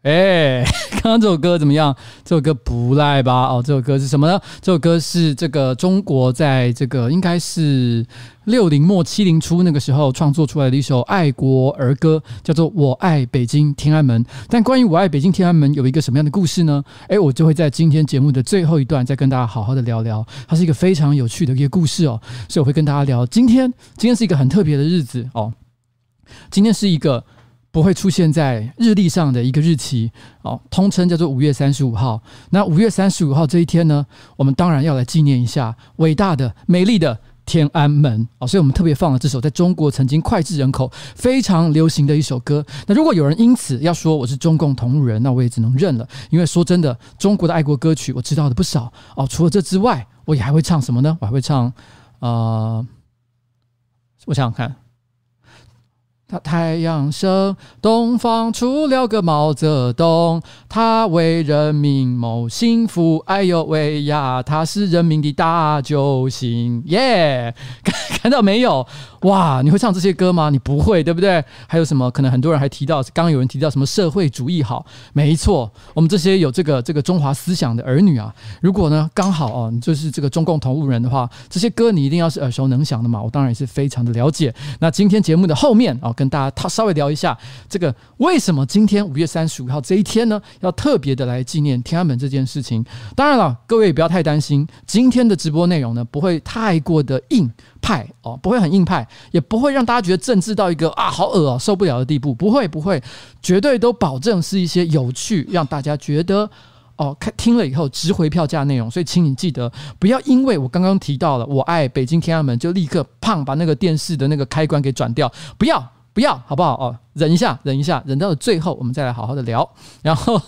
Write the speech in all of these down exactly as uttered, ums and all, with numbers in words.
哎，刚刚这首歌怎么样？这首歌不赖吧？哦，这首歌是什么呢？这首歌是这个中国在这个应该是六零末七零初那个时候创作出来的一首爱国儿歌，叫做《我爱北京天安门》。但关于《我爱北京天安门》有一个什么样的故事呢？哎，我就会在今天节目的最后一段再跟大家好好的聊聊。它是一个非常有趣的一个故事哦，所以我会跟大家聊。今天，今天是一个很特别的日子哦，今天是一个不会出现在日历上的一个日期哦，通称叫做五月三十五号。那五月三十五号这一天呢，我们当然要来纪念一下伟大的、美丽的天安门哦，所以我们特别放了这首在中国曾经脍炙人口、非常流行的一首歌。那如果有人因此要说我是中共同路人，那我也只能认了，因为说真的，中国的爱国歌曲我知道的不少哦。除了这之外，我也还会唱什么呢？我还会唱呃，我想想看。他太阳升，东方出了个毛泽东，他为人民谋幸福，哎呦喂呀，他是人民的大救星，耶、yeah! 看到没有？哇，你会唱这些歌吗？你不会，对不对？还有什么？可能很多人还提到，刚刚有人提到什么社会主义好，没错，我们这些有这个这个中华思想的儿女啊，如果呢刚好哦，你就是这个中共同路人的话，这些歌你一定要是耳熟能详的嘛。我当然也是非常的了解。那今天节目的后面哦，跟大家稍微聊一下这个为什么今天五月三十五号这一天呢，要特别的来纪念天安门这件事情。当然了，各位也不要太担心，今天的直播内容呢不会太过的硬派哦，不会很硬派，也不会让大家觉得政治到一个啊好恶哦受不了的地步，不会不会，绝对都保证是一些有趣，让大家觉得哦听了以后值回票价内容。所以请你记得不要因为我刚刚提到了我爱北京天安门就立刻胖把那个电视的那个开关给转掉，不要不要好不好哦，忍一下忍一下，忍到了最后我们再来好好的聊。然后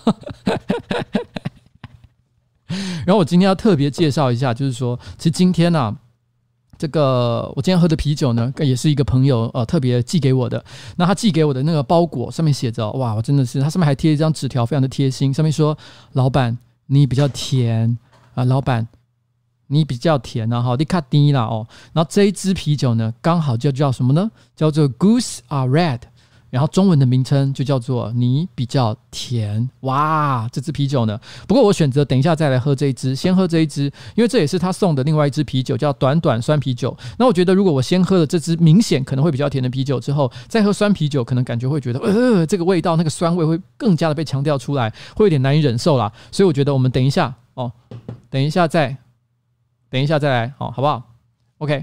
然后我今天要特别介绍一下，就是说其实今天啊这个我今天喝的啤酒呢，也是一个朋友呃特别寄给我的。那他寄给我的那个包裹上面写着，哇，我真的是，他上面还贴一张纸条，非常的贴心，上面说：“老板，你比较甜啊、呃，老板你比较甜啊，哈，你卡低啦哦。”然后这一支啤酒呢，刚好就叫什么呢？叫做 Goose Are Red。然后中文的名称就叫做你比较甜。哇，这支啤酒呢，不过我选择等一下再来喝这一支，先喝这一支，因为这也是他送的另外一支啤酒，叫短短酸啤酒。那我觉得如果我先喝了这支明显可能会比较甜的啤酒之后，再喝酸啤酒，可能感觉会觉得呃这个味道那个酸味会更加的被强调出来，会有点难以忍受啦。所以我觉得我们等一下哦，等一下再等一下再来哦，好不好 ？OK。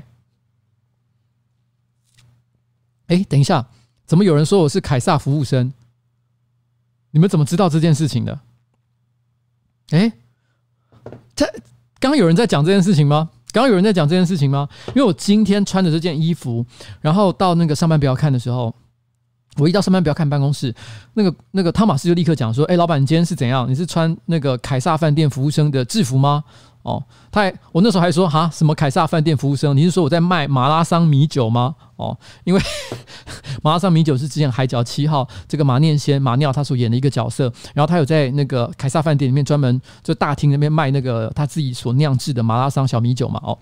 哎，等一下。怎么有人说我是凯撒服务生？你们怎么知道这件事情的？哎，这刚刚有人在讲这件事情吗？刚刚有人在讲这件事情吗？因为我今天穿着这件衣服，然后到那个上班不要看的时候，我一到上班不要看办公室，那个那个汤马斯就立刻讲说：“哎，老板，你今天是怎样？你是穿那个凯撒饭店服务生的制服吗？”哦，他还我那时候还说哈什么凯撒饭店服务生？你是说我在卖马拉桑米酒吗？哦，因为马拉桑米酒是之前海角七号这个马念先马尿他所演的一个角色，然后他有在那个凯撒饭店里面专门就大厅那边卖那个他自己所酿制的马拉桑小米酒嘛。哦，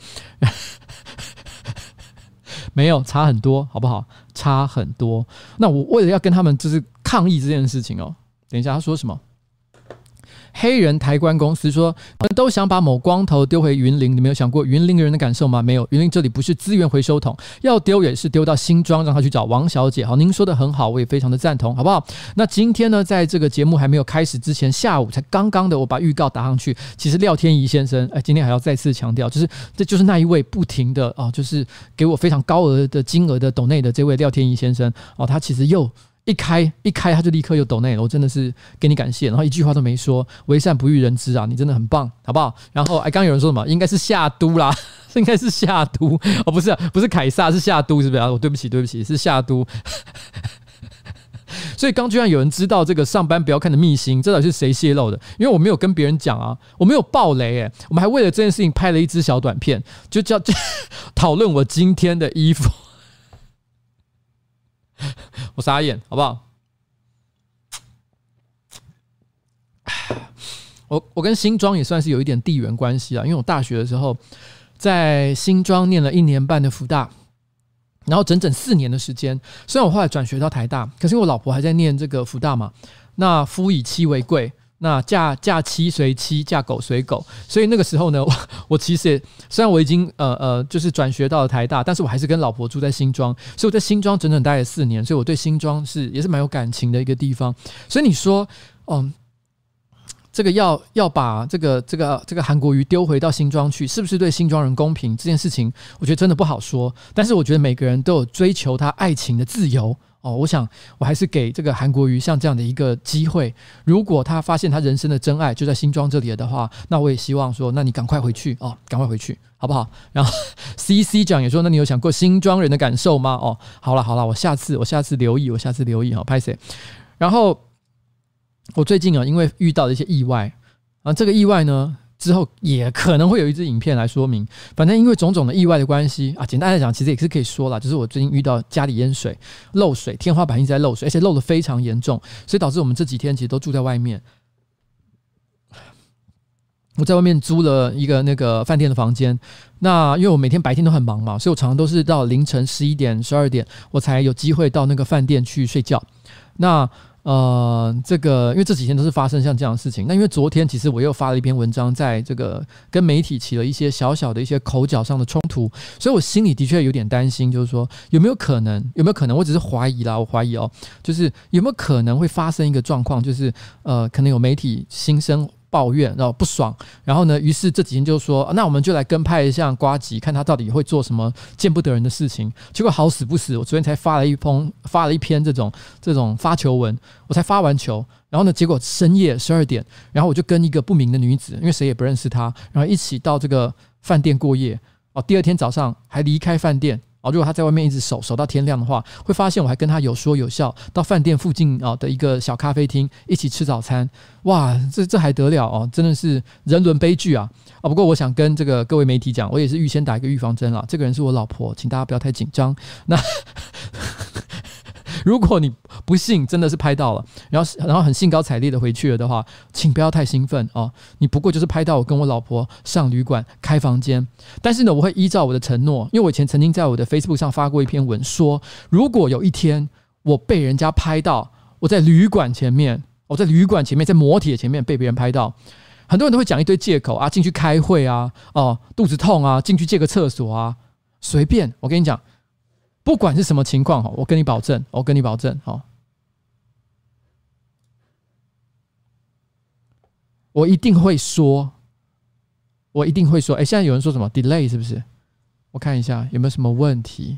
没有差很多，好不好？差很多。那我为了要跟他们就是抗议这件事情哦，等一下他说什么？黑人抬棺公司说，都想把某光头丢回云林，你没有想过云林人的感受吗？没有，云林这里不是资源回收桶，要丢也是丢到新庄，让他去找王小姐。好，您说的很好，我也非常的赞同，好不好？那今天呢，在这个节目还没有开始之前，下午才刚刚的我把预告打上去。其实廖天怡先生，哎，今天还要再次强调，就是这就是那一位不停的哦，就是给我非常高额的金额的抖内的这位廖天怡先生哦，他其实又。一开一开他就立刻又抖内了，我真的是给你感谢，然后一句话都没说，为善不欲人知啊，你真的很棒，好不好？然后哎，刚刚有人说什么？应该是夏都啦，应该是夏都哦，不是、啊、不是凯撒，是夏都，是不是？我对不起对不起，是夏都。所以刚居然有人知道这个上班不要看的秘辛，这到底是谁泄露的？因为我没有跟别人讲啊，我没有爆雷哎，我们还为了这件事情拍了一支小短片，就叫讨论我今天的衣服。我傻眼，好不好？我我跟新庄也算是有一点地缘关系啊，因为我大学的时候在新庄念了一年半的辅大，然后整整四年的时间。虽然我后来转学到台大，可是我老婆还在念这个辅大嘛。 那夫以妻为贵。那嫁嫁妻随妻，嫁狗随狗，所以那个时候呢，我, 我其实也虽然我已经呃呃就是转学到了台大，但是我还是跟老婆住在新庄，所以我在新庄整整待了四年，所以我对新庄是也是蛮有感情的一个地方。所以你说，嗯，这个要要把这个这个这个韩国瑜丢回到新庄去，是不是对新庄人公平？这件事情，我觉得真的不好说。但是我觉得每个人都有追求他爱情的自由。哦，我想我还是给这个韩国瑜像这样的一个机会，如果他发现他人生的真爱就在新庄这里的话，那我也希望说，那你赶快回去哦，赶快回去，好不好？然后 C C 讲也说，那你有想过新庄人的感受吗？哦，好了好了，我下次我下次留意，我下次留意哈，拍谁？然后我最近啊，因为遇到了一些意外啊，这个意外呢，之后也可能会有一支影片来说明。反正因为种种的意外的关系啊，简单来讲，其实也是可以说啦，就是我最近遇到家里淹水、漏水，天花板一直在漏水，而且漏得非常严重，所以导致我们这几天其实都住在外面。我在外面租了一个那个饭店的房间，那因为我每天白天都很忙嘛，所以我常常都是到凌晨十一点、十二点，我才有机会到那个饭店去睡觉。那呃，这个因为这几天都是发生像这样的事情，那因为昨天其实我又发了一篇文章，在这个跟媒体起了一些小小的一些口角上的冲突，所以我心里的确有点担心，就是说有没有可能，有没有可能，我只是怀疑啦，我怀疑哦，就是有没有可能会发生一个状况，就是呃，可能有媒体心生抱怨，然后不爽，然后呢，于是这几天就说，那我们就来跟拍一下呱吉，看他到底会做什么见不得人的事情。结果好死不死，我昨天才发了一封，发了一篇这种这种发球文，我才发完球，然后呢，结果深夜十二点，然后我就跟一个不明的女子，因为谁也不认识她，然后一起到这个饭店过夜。哦，第二天早上还离开饭店。哦，如果他在外面一直守守到天亮的话，会发现我还跟他有说有笑，到饭店附近啊的一个小咖啡厅一起吃早餐。哇，这这还得了哦，真的是人伦悲剧啊！哦，不过我想跟这个各位媒体讲，我也是预先打一个预防针啦。这个人是我老婆，请大家不要太紧张。那如果你不幸真的是拍到了，然后然后很兴高采烈的回去了的话，请不要太兴奋哦。你不过就是拍到我跟我老婆上旅馆开房间，但是呢，我会依照我的承诺，因为我以前曾经在我的 Facebook 上发过一篇文，说如果有一天我被人家拍到我在旅馆前面，我在旅馆前面，在摩铁前面被别人拍到，很多人都会讲一堆借口啊，进去开会啊，哦，肚子痛啊，进去借个厕所啊，随便。我跟你讲。不管是什么情况，我跟你保证，我跟你保证，我一定会说，我一定会说。哎，现在有人说什么 delay 是不是？我看一下有没有什么问题。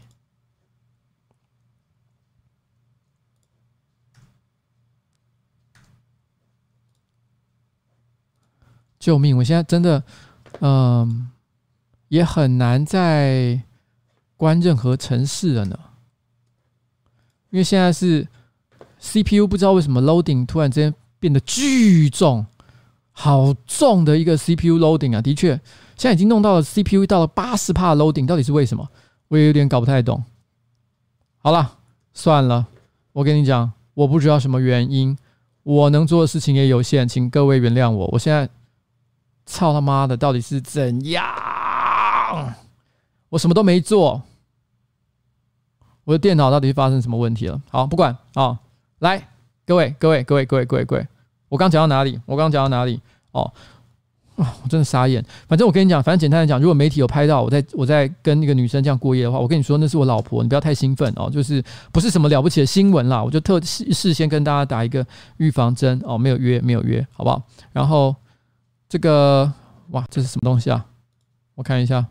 救命！我现在真的，嗯，也很难在。关任何程式了呢？因为现在是 C P U 不知道为什么 loading 突然之间变得巨重，好重的一个 C P U loading 啊！的确，现在已经弄到了 C P U 到了 百分之八十 loading， 到底是为什么？我也有点搞不太懂。好啦，算了，我跟你讲，我不知道什么原因，我能做的事情也有限，请各位原谅我。我现在操他妈的，到底是怎样？我什么都没做，我的电脑到底发生什么问题了？好，不管啊、哦，来，各位，各位，各位，各位，各位，各位，我刚讲到哪里？我刚讲到哪里？哦，我真的傻眼。反正我跟你讲，反正简单来讲，如果媒体有拍到我在我在跟那个女生这样过夜的话，我跟你说那是我老婆，你不要太兴奋哦，就是不是什么了不起的新闻啦，我就特事先跟大家打一个预防针哦，没有约，没有约，好不好？然后这个哇，这是什么东西啊？我看一下。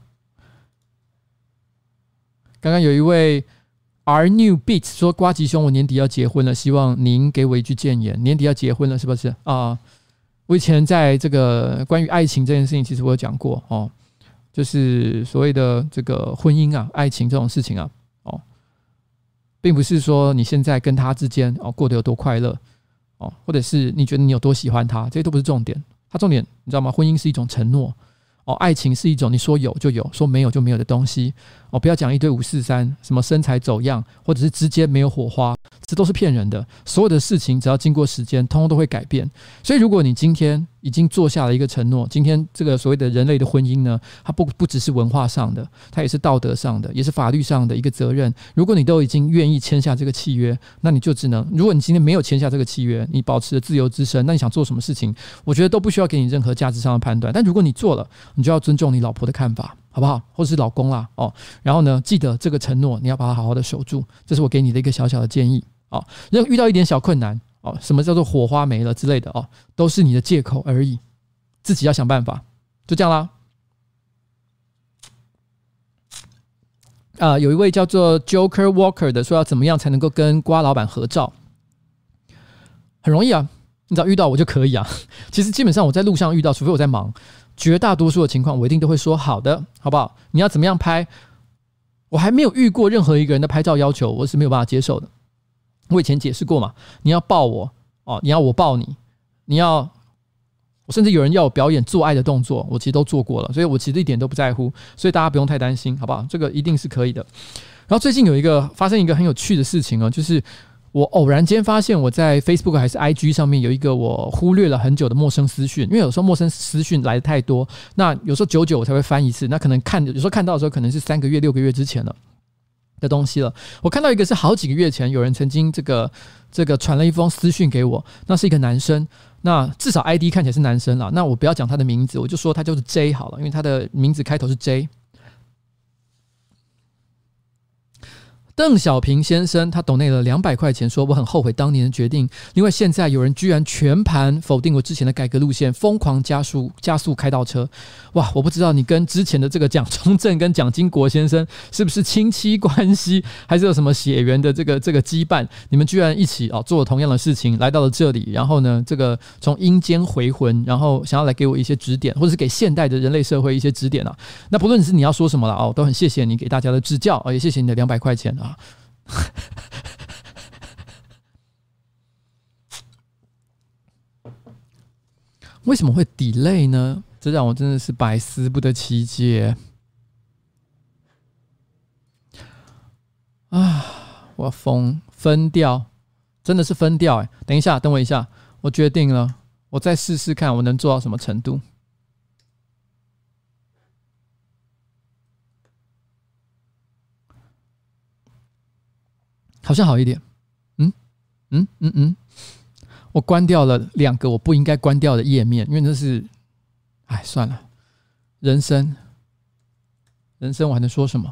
刚刚有一位 R New Beats 说：“呱吉兄，我年底要结婚了，希望您给我一句建言。年底要结婚了，是不是啊、呃？我以前在这个关于爱情这件事情，其实我有讲过哦，就是所谓的这个婚姻啊、爱情这种事情啊，哦，并不是说你现在跟他之间哦过得有多快乐哦，或者是你觉得你有多喜欢他，这些都不是重点。他重点你知道吗？婚姻是一种承诺。”哦，爱情是一种你说有就有，说没有就没有的东西。哦，不要讲一堆五四三，什么身材走样，或者是之间没有火花， 这都是骗人的。所有的事情只要经过时间，通通都会改变。所以如果你今天已经做下了一个承诺，今天这个所谓的人类的婚姻呢，它不不只是文化上的，它也是道德上的，也是法律上的一个责任。如果你都已经愿意签下这个契约，那你就只能，如果你今天没有签下这个契约，你保持着自由之身，那你想做什么事情，我觉得都不需要给你任何价值上的判断。但如果你做了，你就要尊重你老婆的看法，好不好？或是老公啦，哦，然后呢，记得这个承诺你要把它好好的守住，这是我给你的一个小小的建议。哦，遇到一点小困难，哦，什么叫做火花没了之类的，哦，都是你的借口而已，自己要想办法，就这样啦。呃，有一位叫做 Joker Walker 的说要怎么样才能够跟瓜老板合照，很容易啊，你只要遇到我就可以啊。其实基本上我在路上遇到，除非我在忙，绝大多数的情况我一定都会说好的，好不好？你要怎么样拍，我还没有遇过任何一个人的拍照要求我是没有办法接受的。我以前解释过嘛，你要抱我哦，你要我抱你，你要我甚至有人要我表演做爱的动作，我其实都做过了，所以我其实一点都不在乎，所以大家不用太担心，好不好？这个一定是可以的。然后最近有一个发生一个很有趣的事情哦，就是我偶然间发现我在 Facebook 还是 I G 上面有一个我忽略了很久的陌生私讯，因为有时候陌生私讯来的太多，那有时候久久我才会翻一次，那可能看有时候看到的时候可能是三个月六个月之前了的东西了。我看到一个是好几个月前有人曾经这个这个传了一封私讯给我，那是一个男生，那至少 I D 看起来是男生啦，那我不要讲他的名字，我就说他就是 J 好了，因为他的名字开头是 J。邓小平先生他抖内了两百块钱，说我很后悔当年的决定。另外，现在有人居然全盘否定我之前的改革路线，疯狂加速加速开倒车。哇，我不知道你跟之前的这个蒋中正跟蒋经国先生是不是亲戚关系，还是有什么血缘的这个这个羁绊？你们居然一起哦做了同样的事情，来到了这里，然后呢，这个从阴间回魂，然后想要来给我一些指点，或者是给现代的人类社会一些指点啊。那不论是你要说什么了哦，都很谢谢你给大家的指教，哦，也谢谢你的两百块钱啊。为什么会 delay 呢？这让我真的是百思不得其解啊！我要疯分掉，真的是分掉哎！等一下，等我一下，我决定了，我再试试看我能做到什么程度。好像好一点，嗯嗯嗯嗯，我关掉了两个我不应该关掉的页面，因为那是，哎，算了，人生，人生我还能说什么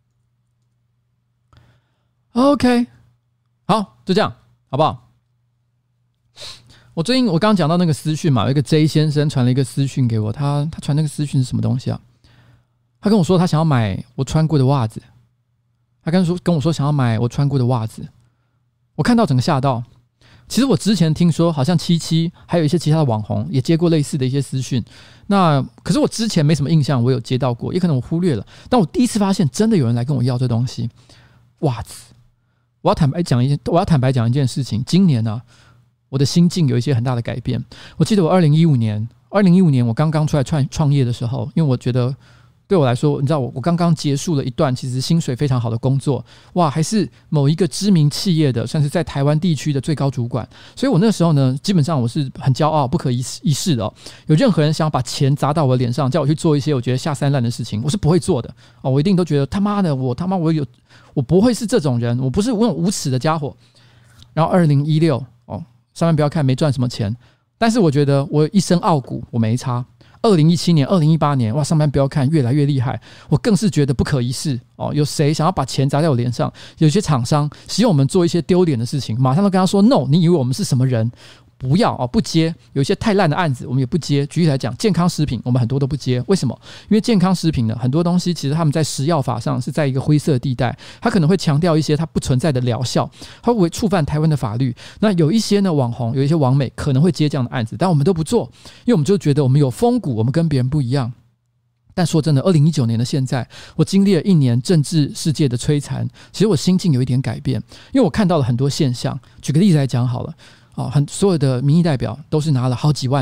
？OK， 好，就这样，好不好？我最近我刚刚讲到那个私讯嘛，有一个 J 先生传了一个私讯给我，他他传那个私讯是什么东西啊？他跟我说他想要买我穿过的袜子。他跟说跟我说想要买我穿过的袜子，我看到整个吓到。其实我之前听说，好像七七还有一些其他的网红也接过类似的一些私讯，那可是我之前没什么印象，我有接到过，也可能我忽略了。但我第一次发现，真的有人来跟我要这东西，袜子。我要坦白讲一件，我要坦白讲一件事情，今年呢、啊，我的心境有一些很大的改变。我记得我二零一五年，二零一五年我刚刚出来创创业的时候，因为我觉得。对我来说，你知道我我刚刚结束了一段其实薪水非常好的工作，哇，还是某一个知名企业的，算是在台湾地区的最高主管，所以我那时候呢，基本上我是很骄傲、不可一世的哦。有任何人想要把钱砸到我的脸上，叫我去做一些我觉得下三滥的事情，我是不会做的哦。我一定都觉得他妈的，我他妈我有，我不会是这种人，我不是那种无耻的家伙。然后二零一六哦，上面不要看没赚什么钱，但是我觉得我一身傲骨，我没差。二零一七年、二零一八年，哇，上班不要看，越来越厉害。我更是觉得不可一世哦。有谁想要把钱砸在我脸上？有些厂商希望我们做一些丢脸的事情，马上都跟他说 ：“No， 你以为我们是什么人？不要哦，不接。有一些太烂的案子，我们也不接。举例来讲，健康食品，我们很多都不接。为什么？因为健康食品呢，很多东西其实他们在食药法上是在一个灰色地带，它可能会强调一些它不存在的疗效，它会触犯台湾的法律。那有一些呢，网红，有一些网美可能会接这样的案子，但我们都不做，因为我们就觉得我们有风骨，我们跟别人不一样。但说真的，二零一九年的现在，我经历了一年政治世界的摧残，其实我心境有一点改变，因为我看到了很多现象。举个例子来讲好了。哦，很所有的民意代表都是拿了好几万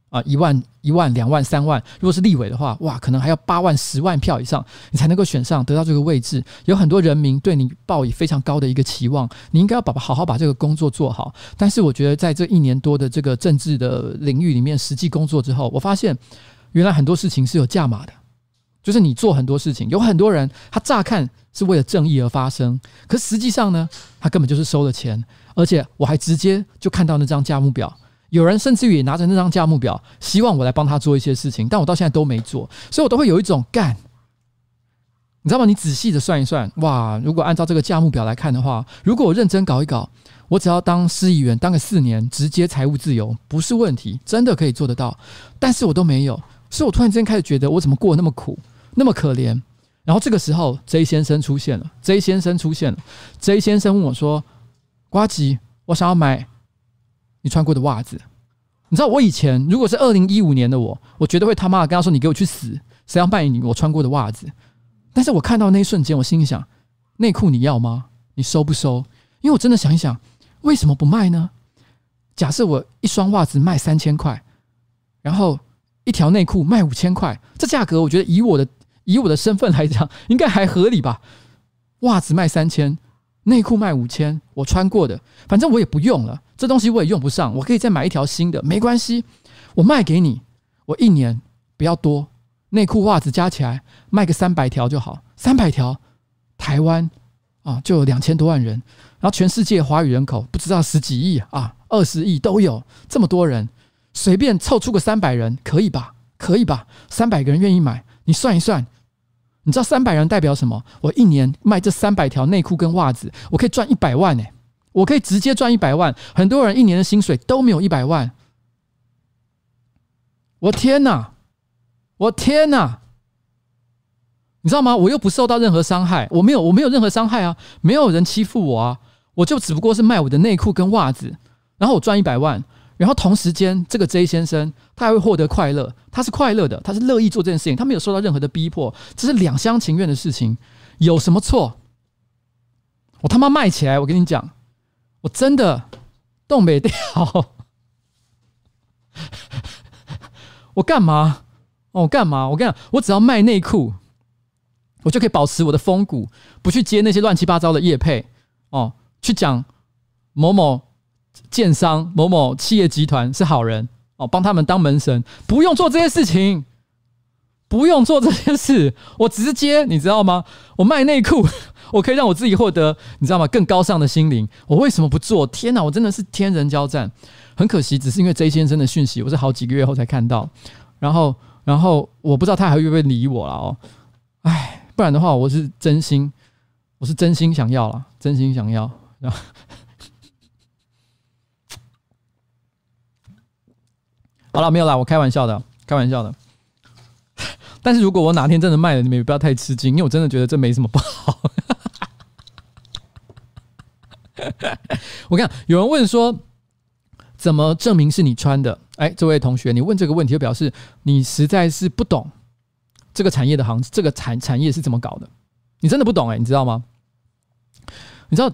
啊，一万、一万、两万、三万，如果是立委的话，哇，可能还要八万、十万票以上，你才能够选上，得到这个位置。有很多人民对你抱以非常高的一个期望，你应该要把好好把这个工作做好。但是我觉得在这一年多的这个政治的领域里面，实际工作之后，我发现原来很多事情是有价码的，就是你做很多事情，有很多人他乍看是为了正义而发生，可实际上呢，他根本就是收了钱，而且我还直接就看到那张价目表。有人甚至于也拿着那张价目表，希望我来帮他做一些事情，但我到现在都没做，所以我都会有一种干，你知道吗？你仔细的算一算，哇，如果按照这个价目表来看的话，如果我认真搞一搞，我只要当市议员当个四年，直接财务自由不是问题，真的可以做得到。但是我都没有，所以我突然之间开始觉得我怎么过得那么苦，那么可怜。然后这个时候 J 先生出现了 ，J 先生出现了 ，J 先生问我说：“呱吉，我想要买你穿过的袜子。”你知道我以前如果是二零一五年的我，我绝对会他妈的跟他说：“你给我去死！谁要卖你我穿过的袜子？”但是我看到那一瞬间，我心里想：内裤你要吗？你收不收？因为我真的想一想，为什么不卖呢？假设我一双袜子卖三千块，然后一条内裤卖五千块，这价格我觉得以我的以我的身份来讲，应该还合理吧？袜子卖三千，内裤卖五千，我穿过的，反正我也不用了，这东西我也用不上，我可以再买一条新的，没关系，我卖给你，我一年不要多，内裤袜子加起来卖个三百条就好，三百条，台湾啊就有两千多万人，然后全世界华语人口不知道十几亿啊，二十亿都有，这么多人，随便凑出个三百人，可以吧？可以吧？三百个人愿意买，你算一算。你知道三百人代表什么？我一年卖这三百条内裤跟袜子，我可以赚一百万哎、欸！我可以直接赚一百万。很多人一年的薪水都没有一百万。我天哪！我天哪！你知道吗？我又不受到任何伤害，我没有，我没有任何伤害啊，没有人欺负我啊，我就只不过是卖我的内裤跟袜子，然后我赚一百万。然后同时间，这个 J 先生他还会获得快乐，他是快乐的，他是乐意做这件事情，他没有受到任何的逼迫，这是两厢情愿的事情，有什么错？我他妈卖起来，我跟你讲，我真的动不掉，我干嘛？哦，我干嘛？我跟你讲，我只要卖内裤，我就可以保持我的风骨，不去接那些乱七八糟的业配哦，去讲某某建商某某企业集团是好人哦，帮他们当门神，不用做这些事情，不用做这件事，我直接你知道吗？我卖内裤，我可以让我自己获得你知道吗？更高尚的心灵，我为什么不做？天哪，我真的是天人交战。很可惜，只是因为 J 先生的讯息，我是好几个月后才看到，然后然后我不知道他还会不会理我了哦，哎，不然的话，我是真心，我是真心想要了，真心想要，然后。好了，没有啦，我开玩笑的，开玩笑的。但是如果我哪天真的卖了，你们也不要太吃惊，因为我真的觉得这没什么不好。我看有人问说，怎么证明是你穿的？哎，这位同学，你问这个问题就表示你实在是不懂这个产业的行，这个产产业是怎么搞的，你真的不懂哎、欸，你知道吗？你知道，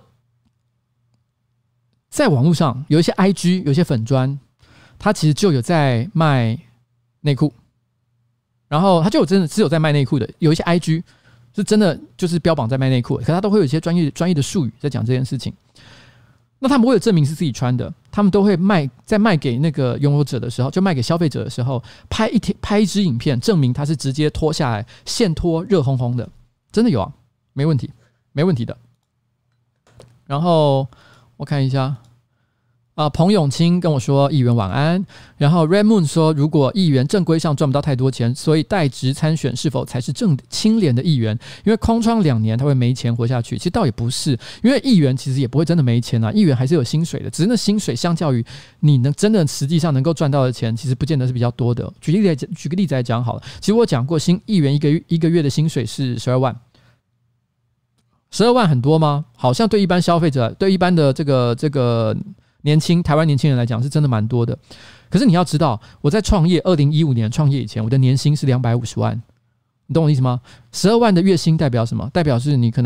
在网络上有一些 I G， 有一些粉专。他其实就有在卖内裤，然后他就有真的只有在卖内裤的，有一些 I G 是真的就是标榜在卖内裤，可是他都会有一些专业专业的术语在讲这件事情。那他们为了证明是自己穿的，他们都会卖在卖给那个拥有者的时候，就卖给消费者的时候，拍一拍一支影片，证明他是直接脱下来现脱热烘烘的，真的有啊，没问题，没问题的。然后我看一下。啊，彭永清跟我说议员晚安，然后 Red Moon 说如果议员正规上赚不到太多钱，所以代职参选是否才是正清廉的议员？因为空窗两年他会没钱活下去，其实倒也不是，因为议员其实也不会真的没钱啊，议员还是有薪水的，只是那薪水相较于你能真的实际上能够赚到的钱，其实不见得是比较多的。举例来举个例子来讲好了，其实我讲过，新议员一个月一个月的薪水是十二万。十二万很多吗？好像对一般消费者，对一般的这个这个。年轻台湾年轻人来讲是真的蛮多的，可是你要知道，我在创业二零一五年创业以前，我的年薪是两百五十万，你懂我意思吗？十二万的月薪代表什么？代表是你可能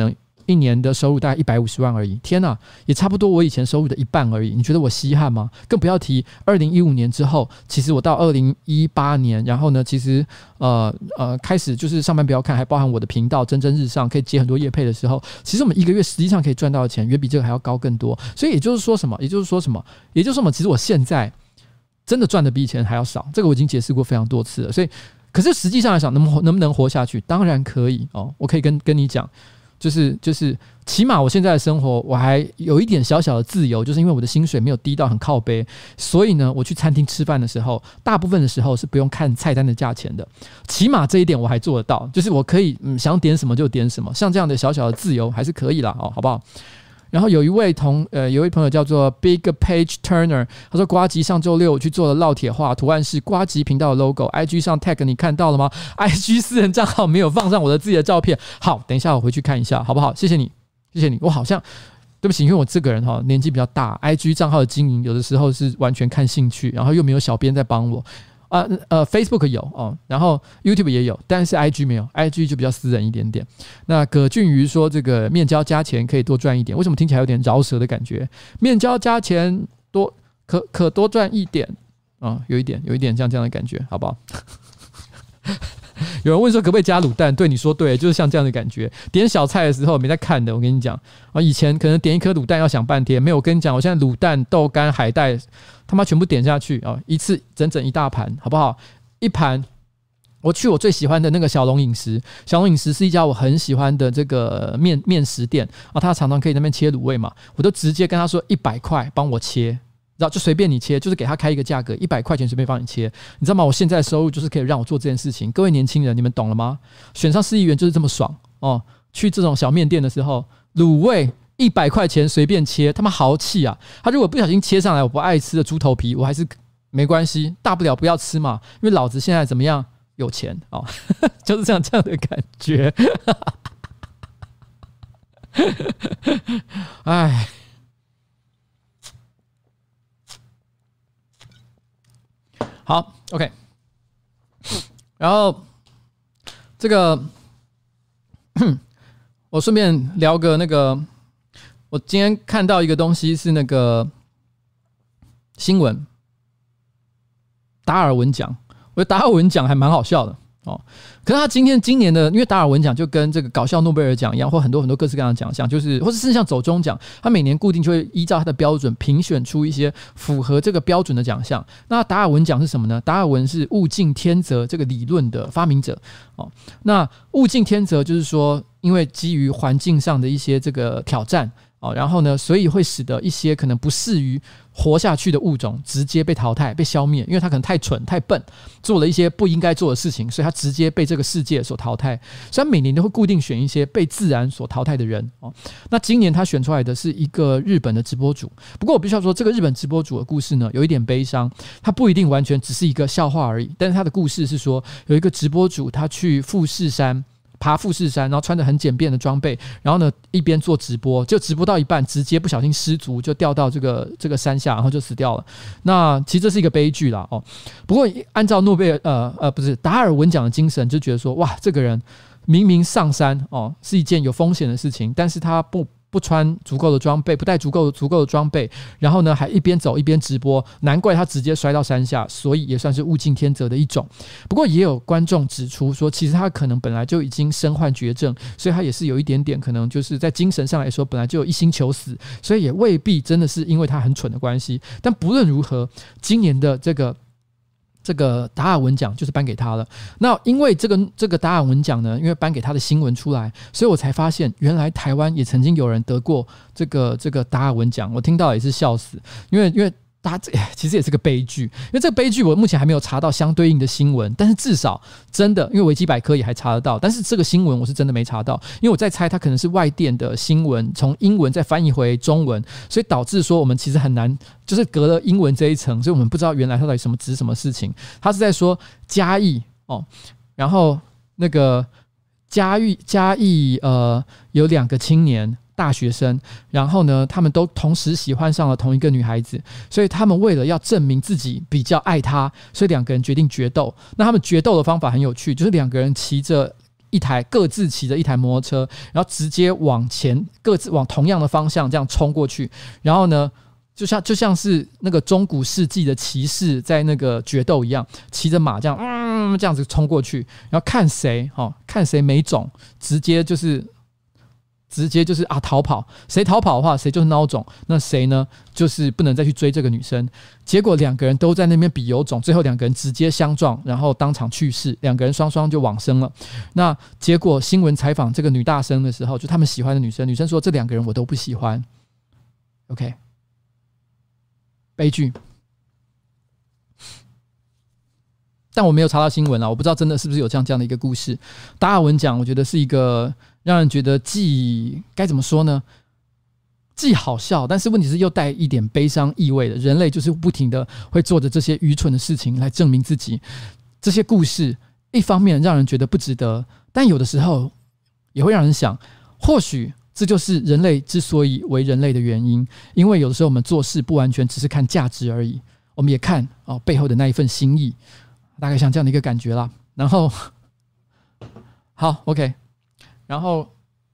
一年的收入大概一百五十万而已，天哪，也差不多我以前收入的一半而已。你觉得我稀罕吗？更不要提二零一五年之后，其实我到二零一八年，然后呢，其实呃呃开始就是上班不要看，还包含我的频道蒸蒸日上，可以接很多业配的时候，其实我们一个月实际上可以赚到的钱，远比这个还要高更多。所以也就是说什么？也就是说什么？也就是说什么？其实我现在真的赚的比以前还要少，这个我已经解释过非常多次了。所以，可是实际上来讲，能能不能活下去？当然可以哦。我可以跟跟你讲，就是就是，起码我现在的生活，我还有一点小小的自由，就是因为我的薪水没有低到很靠背，所以呢，我去餐厅吃饭的时候，大部分的时候是不用看菜单的价钱的。起码这一点我还做得到，就是我可以嗯想点什么就点什么，像这样的小小的自由还是可以啦，哦，好不好？然后有一位同呃，有一位朋友叫做 Big Page Turner， 他说呱吉上周六去做了烙铁画，图案是呱吉频道的 logo。I G 上 tag 你看到了吗 ？I G 私人账号没有放上我的自己的照片。好，等一下我回去看一下，好不好？谢谢你，谢谢你。我好像对不起，因为我这个人哈年纪比较大 ，I G 账号的经营有的时候是完全看兴趣，然后又没有小编在帮我。啊呃 ，Facebook 有哦，然后 YouTube 也有，但是 I G 没有 ，I G 就比较私人一点点。那葛俊瑜说，这个面交加钱可以多赚一点，为什么听起来有点饶舌的感觉？面交加钱多可可多赚一点啊、哦，有一点有一点像这样的感觉，好不好？有人问说可不可以加卤蛋？对，你说对，就是像这样的感觉。点小菜的时候没在看的，我跟你讲啊，以前可能点一颗卤蛋要想半天，没有。我跟你讲，我现在卤蛋、豆干、海带，他妈全部点下去啊，一次整整一大盘，好不好？一盘。我去我最喜欢的那个小龙饮食，小龙饮食是一家我很喜欢的这个面面食店啊，他常常可以在那边切卤味嘛，我都直接跟他说一百块帮我切。然后就随便你切，就是给他开一个价格，一百块钱随便帮你切，你知道吗？我现在的收入就是可以让我做这件事情。各位年轻人，你们懂了吗？选上市议员就是这么爽哦！去这种小面店的时候，卤味一百块钱随便切，他妈豪气啊！他如果不小心切上来我不爱吃的猪头皮，我还是没关系，大不了不要吃嘛，因为老子现在怎么样有钱哦，就是这样这样的感觉。哎。好 ，OK， 然后这个我顺便聊个那个，我今天看到一个东西是那个新闻，达尔文奖，我觉得达尔文奖还蛮好笑的哦。可是他今天今年的，因为达尔文奖就跟这个搞笑诺贝尔奖一样，或很多很多各式各样的奖项，就是或者是像走中奖，他每年固定就会依照他的标准评选出一些符合这个标准的奖项。那达尔文奖是什么呢？达尔文是物竞天择这个理论的发明者哦。那物竞天择就是说，因为基于环境上的一些这个挑战。哦，然后呢，所以会使得一些可能不适于活下去的物种直接被淘汰、被消灭，因为它可能太蠢、太笨，做了一些不应该做的事情，所以它直接被这个世界所淘汰。所以它每年都会固定选一些被自然所淘汰的人。哦，那今年他选出来的是一个日本的直播主，不过我必须要说，这个日本直播主的故事呢，有一点悲伤，他不一定完全只是一个笑话而已，但是他的故事是说，有一个直播主他去富士山。爬富士山，然后穿着很简便的装备，然后呢一边做直播，就直播到一半，直接不小心失足，就掉到这个这个山下，然后就死掉了。那其实这是一个悲剧啦哦。不过按照诺贝尔呃呃不是达尔文奖的精神，就觉得说哇，这个人明明上山哦是一件有风险的事情，但是他不。不穿足够的装备，不带足够足够的装备，然后呢还一边走一边直播，难怪他直接摔到山下，所以也算是物竞天择的一种。不过也有观众指出说，其实他可能本来就已经身患绝症，所以他也是有一点点可能就是在精神上来说本来就有一心求死，所以也未必真的是因为他很蠢的关系。但不论如何，今年的这个这个达尔文奖就是颁给他了。那因为这个这个达尔文奖呢，因为颁给他的新闻出来，所以我才发现原来台湾也曾经有人得过这个这个达尔文奖。我听到也是笑死，因为因为它其实也是个悲剧，因为这个悲剧我目前还没有查到相对应的新闻，但是至少真的，因为维基百科也还查得到，但是这个新闻我是真的没查到，因为我在猜它可能是外电的新闻，从英文再翻译回中文，所以导致说我们其实很难，就是隔了英文这一层，所以我们不知道原来它到底什么指什么事情。他是在说嘉义哦，然后那个嘉义嘉义呃有两个青年。大学生，然后呢，他们都同时喜欢上了同一个女孩子，所以他们为了要证明自己比较爱她，所以两个人决定决斗。那他们决斗的方法很有趣，就是两个人骑着一台各自骑着一台摩托车，然后直接往前各自往同样的方向这样冲过去，然后呢就像就像是那个中古世纪的骑士在那个决斗一样，骑着马这样嗯这样子冲过去，然后看谁、哦、看谁没种，直接就是直接就是啊逃跑，谁逃跑的话谁就是孬种，那谁呢就是不能再去追这个女生。结果两个人都在那边比有种，最后两个人直接相撞，然后当场去世，两个人双双就往生了。那结果新闻采访这个女大生的时候，就他们喜欢的女生，女生说这两个人我都不喜欢。 OK， 悲剧。但我没有查到新闻啊，我不知道真的是不是有这样这样的一个故事。达尔文奖我觉得是一个让人觉得既该怎么说呢，既好笑，但是问题是又带一点悲伤意味的。人类就是不停的会做着这些愚蠢的事情来证明自己。这些故事一方面让人觉得不值得，但有的时候也会让人想，或许这就是人类之所以为人类的原因。因为有的时候我们做事不完全只是看价值而已，我们也看、哦、背后的那一份心意，大概像这样的一个感觉啦。然后好 OK， 然后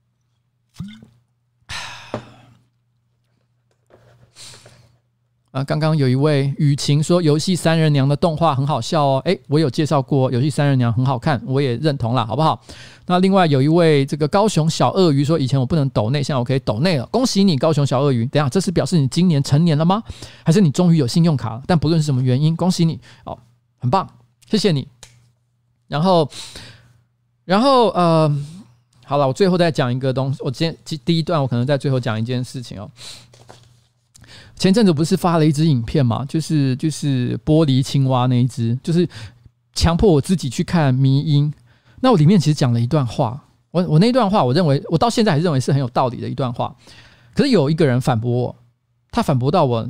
啊，刚刚有一位雨晴说游戏三人娘的动画很好笑哦，诶，我有介绍过游戏三人娘很好看，我也认同啦，好不好？那另外有一位这个高雄小鳄鱼说以前我不能抖内，现在我可以抖内了，恭喜你高雄小鳄鱼。等一下，这是表示你今年成年了吗？还是你终于有信用卡了？但不论是什么原因，恭喜你哦，很棒，谢谢你。然后然后呃好了，我最后再讲一个东西，我今天第一段我可能在最后讲一件事情哦。前阵子不是发了一支影片嘛，就是就是玻璃青蛙那一支，就是强迫我自己去看迷因。那我里面其实讲了一段话，我我那一段话，我认为我到现在还认为是很有道理的一段话。可是有一个人反驳我，他反驳到我，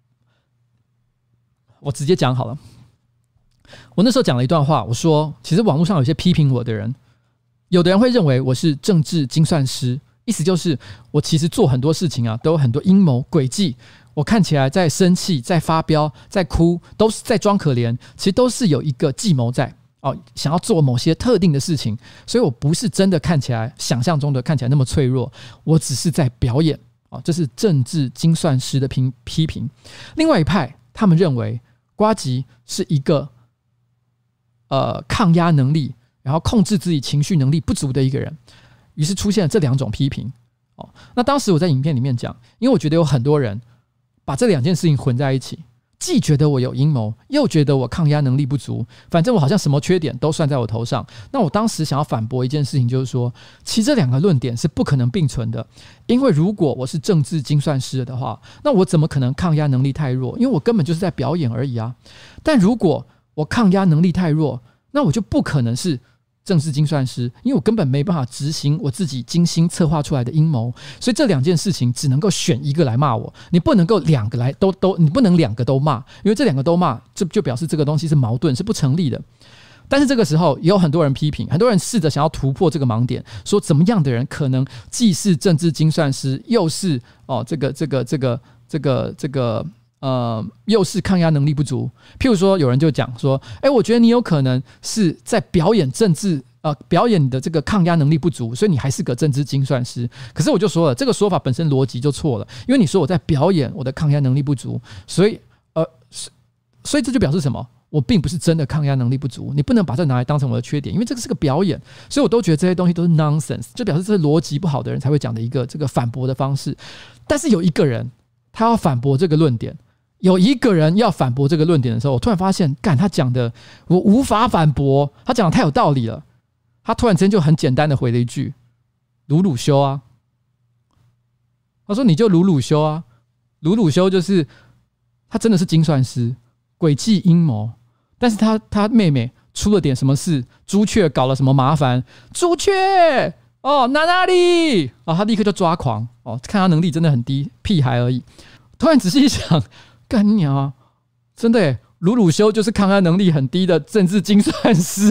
我直接讲好了。我那时候讲了一段话，我说，其实网络上有些批评我的人，有的人会认为我是政治精算师，意思就是我其实做很多事情啊，都有很多阴谋诡计。我看起来在生气，在发飙，在哭，都是在装可怜，其实都是有一个计谋在哦，想要做某些特定的事情，所以我不是真的看起来想象中的看起来那么脆弱，我只是在表演哦，这是政治精算师的批评。另外一派，他们认为呱吉是一个呃抗压能力，然后控制自己情绪能力不足的一个人，于是出现了这两种批评哦。那当时我在影片里面讲，因为我觉得有很多人把这两件事情混在一起，既觉得我有阴谋，又觉得我抗压能力不足，反正我好像什么缺点都算在我头上。那我当时想要反驳一件事情，就是说其实这两个论点是不可能并存的。因为如果我是政治精算师的话，那我怎么可能抗压能力太弱？因为我根本就是在表演而已啊。但如果我抗压能力太弱，那我就不可能是政治精算师，因为我根本没办法执行我自己精心策划出来的阴谋。所以这两件事情只能够选一个来骂我，你不能够两个来都都，你不能两个都骂，因为这两个都骂，这就表示这个东西是矛盾，是不成立的。但是这个时候也有很多人批评，很多人试着想要突破这个盲点，说怎么样的人可能既是政治精算师，又是哦这个这个这个这个这个呃又是抗压能力不足。譬如说有人就讲说，哎，我觉得你有可能是在表演政治呃表演你的这个抗压能力不足，所以你还是个政治精算师。可是我就说了，这个说法本身逻辑就错了，因为你说我在表演我的抗压能力不足，所以呃所以这就表示什么？我并不是真的抗压能力不足，你不能把这拿来当成我的缺点，因为这个是个表演。所以我都觉得这些东西都是 nonsense， 就表示这是逻辑不好的人才会讲的一个这个反驳的方式。但是有一个人他要反驳这个论点，有一个人要反驳这个论点的时候，我突然发现，干，他讲的我无法反驳，他讲的太有道理了。他突然之间就很简单的回了一句：“鲁鲁修啊。”他说：“你就鲁鲁修啊，鲁鲁修就是他真的是精算师，诡计阴谋。但是他他妹妹出了点什么事，朱雀搞了什么麻烦，朱雀哦哪哪里啊、哦，他立刻就抓狂哦，看他能力真的很低，屁孩而已。突然仔细一想，干你娘啊，真的耶，鲁鲁修就是抗压能力很低的政治精算师。”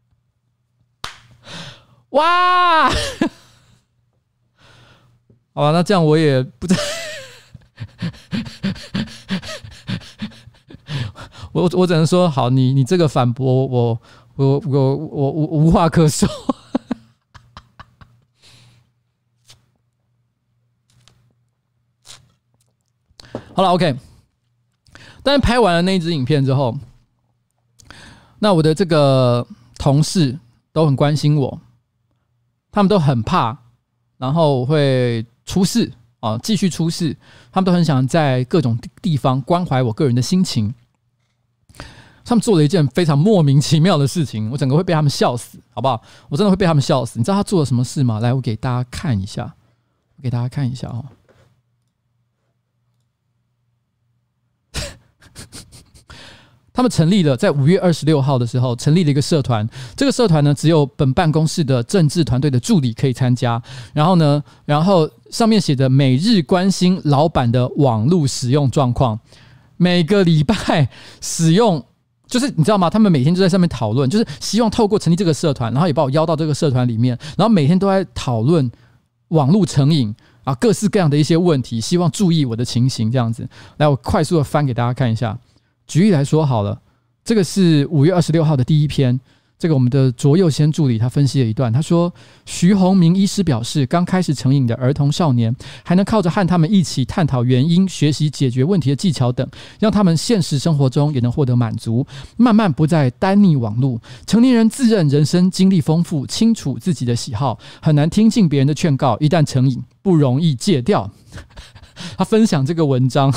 哇，好吧，那这样我也不知道我我只能说，好，你你这个反驳我我我我我无话可说。 好了 ，OK。但是拍完了那一支影片之后，那我的这个同事都很关心我，他们都很怕，然后会出事啊，继续出事。他们都很想在各种地方关怀我个人的心情。他们做了一件非常莫名其妙的事情，我整个会被他们笑死，好不好？我真的会被他们笑死。你知道他做了什么事吗？来，我给大家看一下，我给大家看一下哦。他们成立了，在五月二十六号的时候成立了一个社团。这个社团呢，只有本办公室的政治团队的助理可以参加。然后呢，然后上面写着每日关心老板的网络使用状况，每个礼拜使用，就是你知道吗？他们每天就在上面讨论，就是希望透过成立这个社团，然后也把我邀到这个社团里面，然后每天都在讨论网络成瘾啊，各式各样的一些问题，希望注意我的情形这样子。来，我快速的翻给大家看一下。举例来说好了，这个是五月二十六号的第一篇，这个我们的卓佑先助理他分析了一段，他说徐宏明医师表示，刚开始成瘾的儿童少年还能靠着和他们一起探讨原因，学习解决问题的技巧等，让他们现实生活中也能获得满足，慢慢不再单溺网络。成年人自认人生经历丰富，清楚自己的喜好，很难听进别人的劝告，一旦成瘾不容易戒掉。他分享这个文章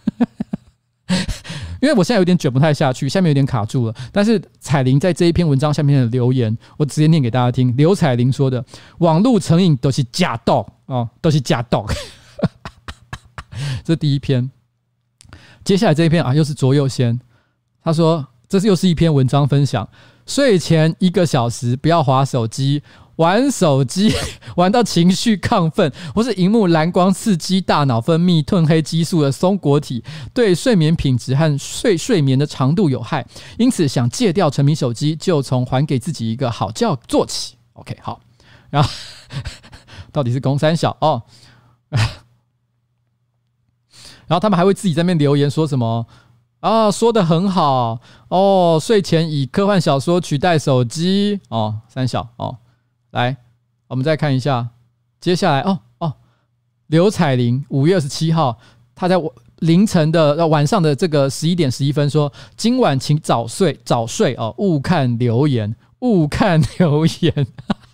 因为我现在有点卷不太下去，下面有点卡住了。但是彩玲在这一篇文章下面的留言，我直接念给大家听。刘彩玲说的：“网络成瘾都是假道哦，都是假道。”这是第一篇。接下来这一篇啊，又是卓佑先，他说这是又是一篇文章分享。睡前一个小时不要滑手机。玩手机玩到情绪亢奋，或是荧幕蓝光刺激大脑分泌褪黑激素的松果体，对睡眠品质和睡睡眠的长度有害。因此，想戒掉沉迷手机，就从还给自己一个好觉做起。OK， 好，然后到底是公三小哦，然后他们还会自己在那边留言说什么啊，说得很好哦，睡前以科幻小说取代手机哦，三小哦。来，我们再看一下，接下来哦哦，刘彩玲五月二十七号，她在凌晨的晚上的这个十一点十一分说，今晚请早睡早睡哦，勿看留言，勿看留言，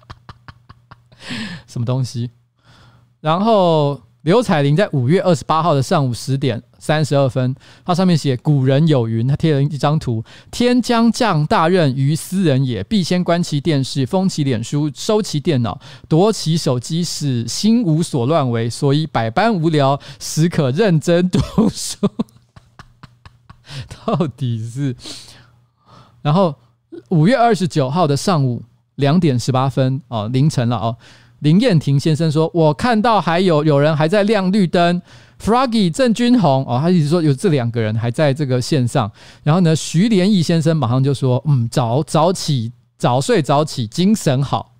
什么东西？然后刘彩玲在五月二十八号的上午十点三十二分，它上面写古人有云，他贴了一张图：天将降大任于斯人也，必先关其电视，封其脸书，收其电脑，夺其手机，使心无所乱为。所以百般无聊，时可认真读书。到底是？然后五月二十九号的上午两点十八分哦，凌晨了哦。林彦廷先生说：“我看到还有有人还在亮绿灯。” Froggy 郑君宏哦，他一直说有这两个人还在这个线上。然后呢，徐连义先生马上就说：“嗯，早早起，早睡早起，精神好。”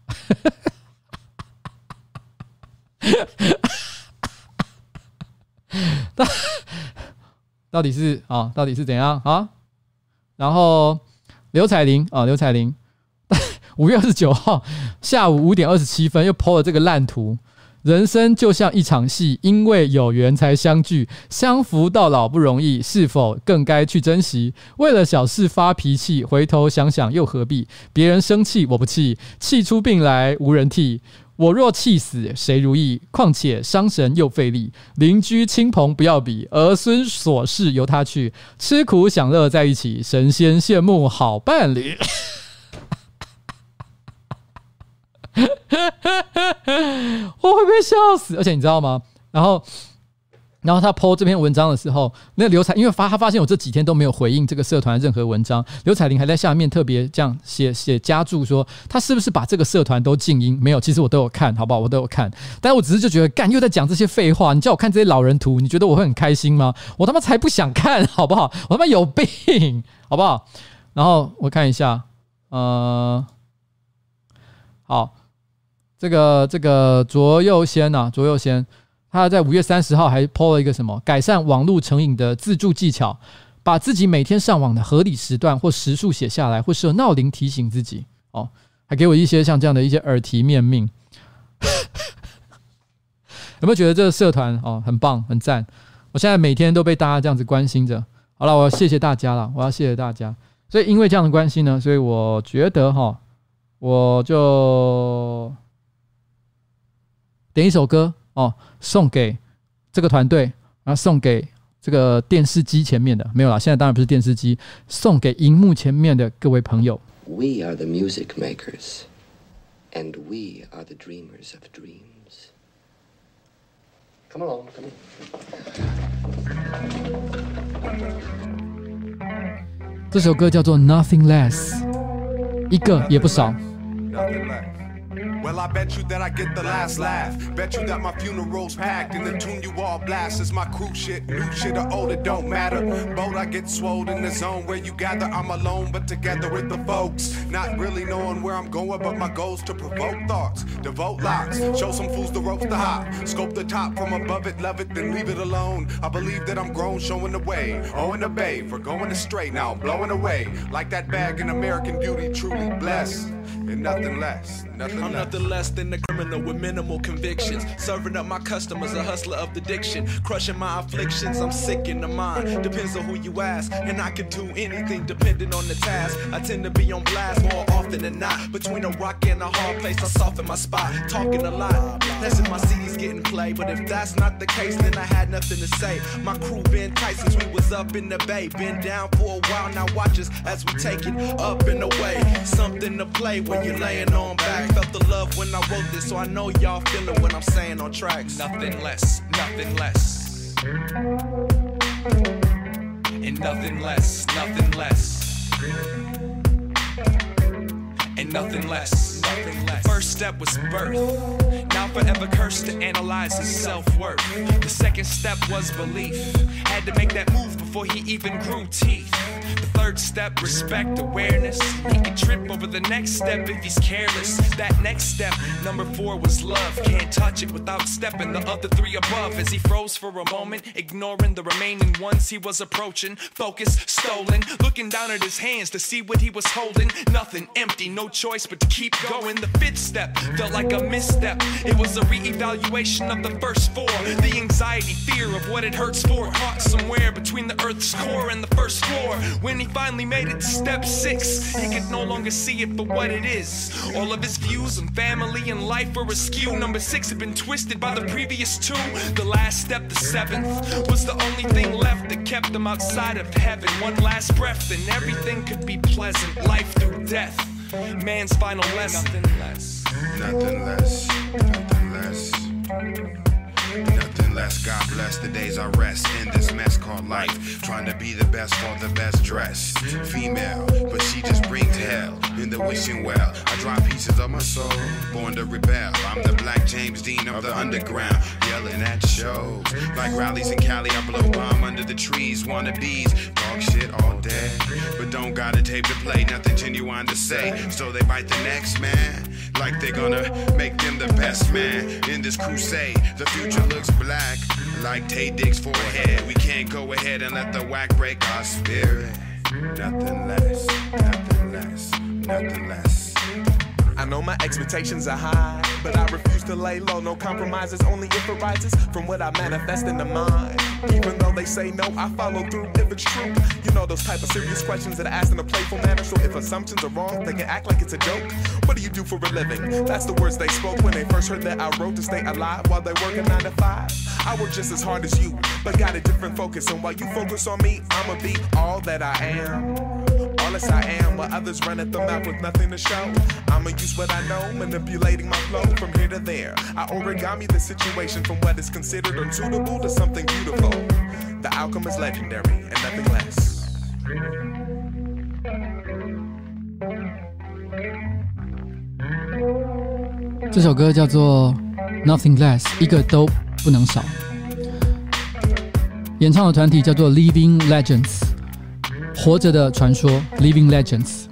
到底是啊、哦？到底是怎样啊？然后刘彩玲啊，刘彩玲。五月二十九号下午五点二十七分又 po 了这个烂图。人生就像一场戏，因为有缘才相聚，相扶到老不容易，是否更该去珍惜？为了小事发脾气，回头想想又何必？别人生气我不气，气出病来无人替。我若气死谁如意？况且伤神又费力。邻居亲朋不要比，儿孙琐事由他去。吃苦享乐在一起，神仙羡慕好伴侣。我会被笑死，而且你知道吗？然后，然后他 po 这篇文章的时候，那刘彩因为发他发现我这几天都没有回应这个社团的任何文章，刘彩玲还在下面特别这样写写加注说，他是不是把这个社团都静音？没有，其实我都有看，好不好？我都有看，但我只是就觉得，干又在讲这些废话，你叫我看这些老人图，你觉得我会很开心吗？我他妈才不想看，好不好？我他妈有病，好不好？然后我看一下，呃，好。这个这个卓佑先啊，卓佑先，他在五月三十号还 po 了一个什么改善网络成瘾的自助技巧，把自己每天上网的合理时段或时数写下来，或设闹铃提醒自己哦，还给我一些像这样的一些耳提面命。有没有觉得这个社团哦很棒很赞？ 我现在每天都被大家这样子关心着。好了，我要谢谢大家了，我要谢谢大家。所以因为这样的关系呢，所以我觉得哈，我就点一首歌哦，送给这个团队，然后送给这个电视机前面的，没有啦，现在当然不是电视机，送给荧幕前面的各位朋友。 We are the music makers, and we are the dreamers of dreams. Come along, come on. 这首歌叫做 Nothing Less， 一个也不少。 Well, I bet you that I get the last laugh. Bet you that my funeral's packed and the tune you all blast is my crew shit. New shit or old, it don't matter. Boat, I get swole in the zone where you gather. I'm alone, but together with the folks. Not really knowing where I'm going, but my goal's to provoke thoughts. Devote locks, show some fools the ropes to hop. Scope the top from above it, love it, then leave it alone. I believe that I'm grown, showing the way. Oh, in the bay, for going astray, now I'm blowing away. Like that bag in American Beauty, truly blessed. And nothing less, nothing I'm less. nothing less than a criminal with minimal convictions. Serving up my customers, a hustler of the diction. Crushing my afflictions, I'm sick in the mind. Depends on who you ask, and I can do anything depending on the task. I tend to be on blast more often than not. Between a rock and a hard place, I soften my spot. Talking a lot, that's if my C D's getting played. But if that's not the case, then I had nothing to say. My crew been tight since we was up in the bay. Been down for a while, now watch us as we take it up and away. Something to play when you're laying on back. Felt the love when I wrote this, so I know y'all feeling what I'm saying on tracks. Nothing less, nothing less. And nothing less, nothing less. And nothing less, nothing less. First step was birth. Now forever cursed to analyze his self-worth. The second step was belief. Had to make that move before he even grew teeth. The third step, respect, awareness. He can trip over the next step if he's careless. That next step, number four, was love. Can't touch it without stepping the other three above. As he froze for a moment, ignoring the remaining ones he was approaching. Focus, stolen, looking down at his hands to see what he was holding. Nothing, empty, no choice but to keep going. The fifth step felt like a misstep. It was a re-evaluation of the first four. The anxiety, fear of what it hurts for. Caught somewhere between the earth's core and the first floor. When he finally made it to step six, he could no longer see it for what it is. All of his views on family and life were askew. Number six had been twisted by the previous two. The last step, the seventh, was the only thing left that kept him outside of heaven. One last breath, then everything could be pleasant. Life through death, man's final lesson. Nothing less. Nothing less, nothing less. Nothing less, God bless the days I rest in this mess called life. Trying to be the best for the best dressed female, but she just brings hell in the wishing well. I drop pieces of my soul, born to rebel. I'm the Black James Dean of the underground, yelling at shows like rallies in Cali. I blow bomb under the trees, wannabes talk shit all day, but don't got a tape to play, nothing genuine to say. So they bite the next man like they're gonna make them the best man in this crusade. The future looks black like Tay Diggs' forehead. We can't go ahead and let the whack break our spirit. Nothing less, nothing less, nothing less. I know my expectations are high, but I refuse to lay low. No compromises, only if it rises from what I manifest in the mind. Even though they say no, I follow through if it's true. You know those type of serious questions that are asked in a playful manner. So if assumptions are wrong, they can act like it's a joke. What do you do for a living? That's the words they spoke when they first heard that I wrote to stay alive while they work a nine to five. I work just as hard as you, but got a different focus. And while you focus on me, I'ma be all that I am. As I am, while others run at the mouth with nothing to show. I'ma use what I know, manipulating my flow from here to there. I origami the situation from what is considered unsuitable to something beautiful. The outcome is legendary and nothing less. 这首歌叫做 Nothing Less， 一个都不能少。演唱的团体叫做 Living Legends， 活着的传说 Living Legends。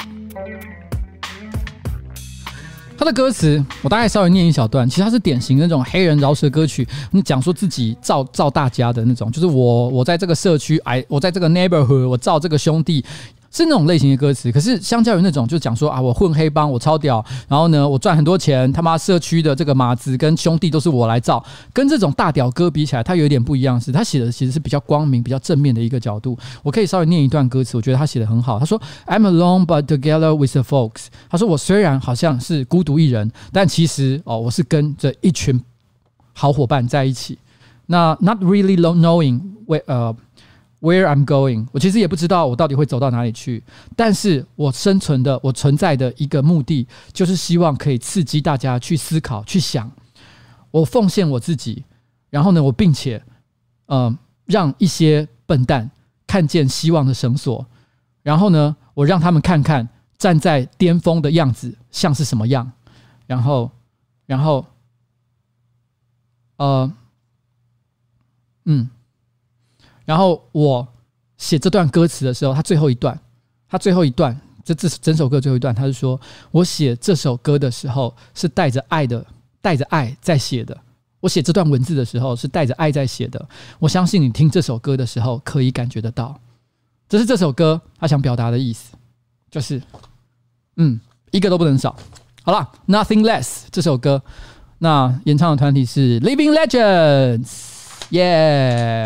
他的歌词我大概稍微念一小段，其实他是典型的那种黑人饶舌歌曲，讲说自己照照大家的那种，就是我我在这个社区，哎，我在这个 neighborhood， 我照这个兄弟， 是那种类型的歌词。可是相较于那种就讲说啊，我混黑帮，我超屌，然后呢，我赚很多钱，他妈社区的这个马子跟兄弟都是我来造，跟这种大屌歌比起来，他有一点不一样，是他写的其实是比较光明、比较正面的一个角度。我可以稍微念一段歌词，我觉得他写的很好。他说 ：“I'm alone but together with the folks。”他说我虽然好像是孤独一人，但其实哦，我是跟着一群好伙伴在一起。那 not really knowing where 呃、uh, where I'm going， 我其实也不知道我到底会走到哪里去。但是我生存的、我存在的一个目的，就是希望可以刺激大家去思考、去想。我奉献我自己，然后呢，我并且呃让一些笨蛋看见希望的绳索，然后呢，我让他们看看站在巅峰的样子像是什么样，然后，然后，呃。嗯，然后我写这段歌词的时候，他最后一段，他最后一段，这这整首歌最后一段，他是说我写这首歌的时候是带着爱的，带着爱在写的。我写这段文字的时候是带着爱在写的。我相信你听这首歌的时候可以感觉得到，这是这首歌他想表达的意思，就是嗯，一个都不能少。好了 ，Nothing Less 这首歌，那演唱的团体是 Living Legends。耶、yeah ！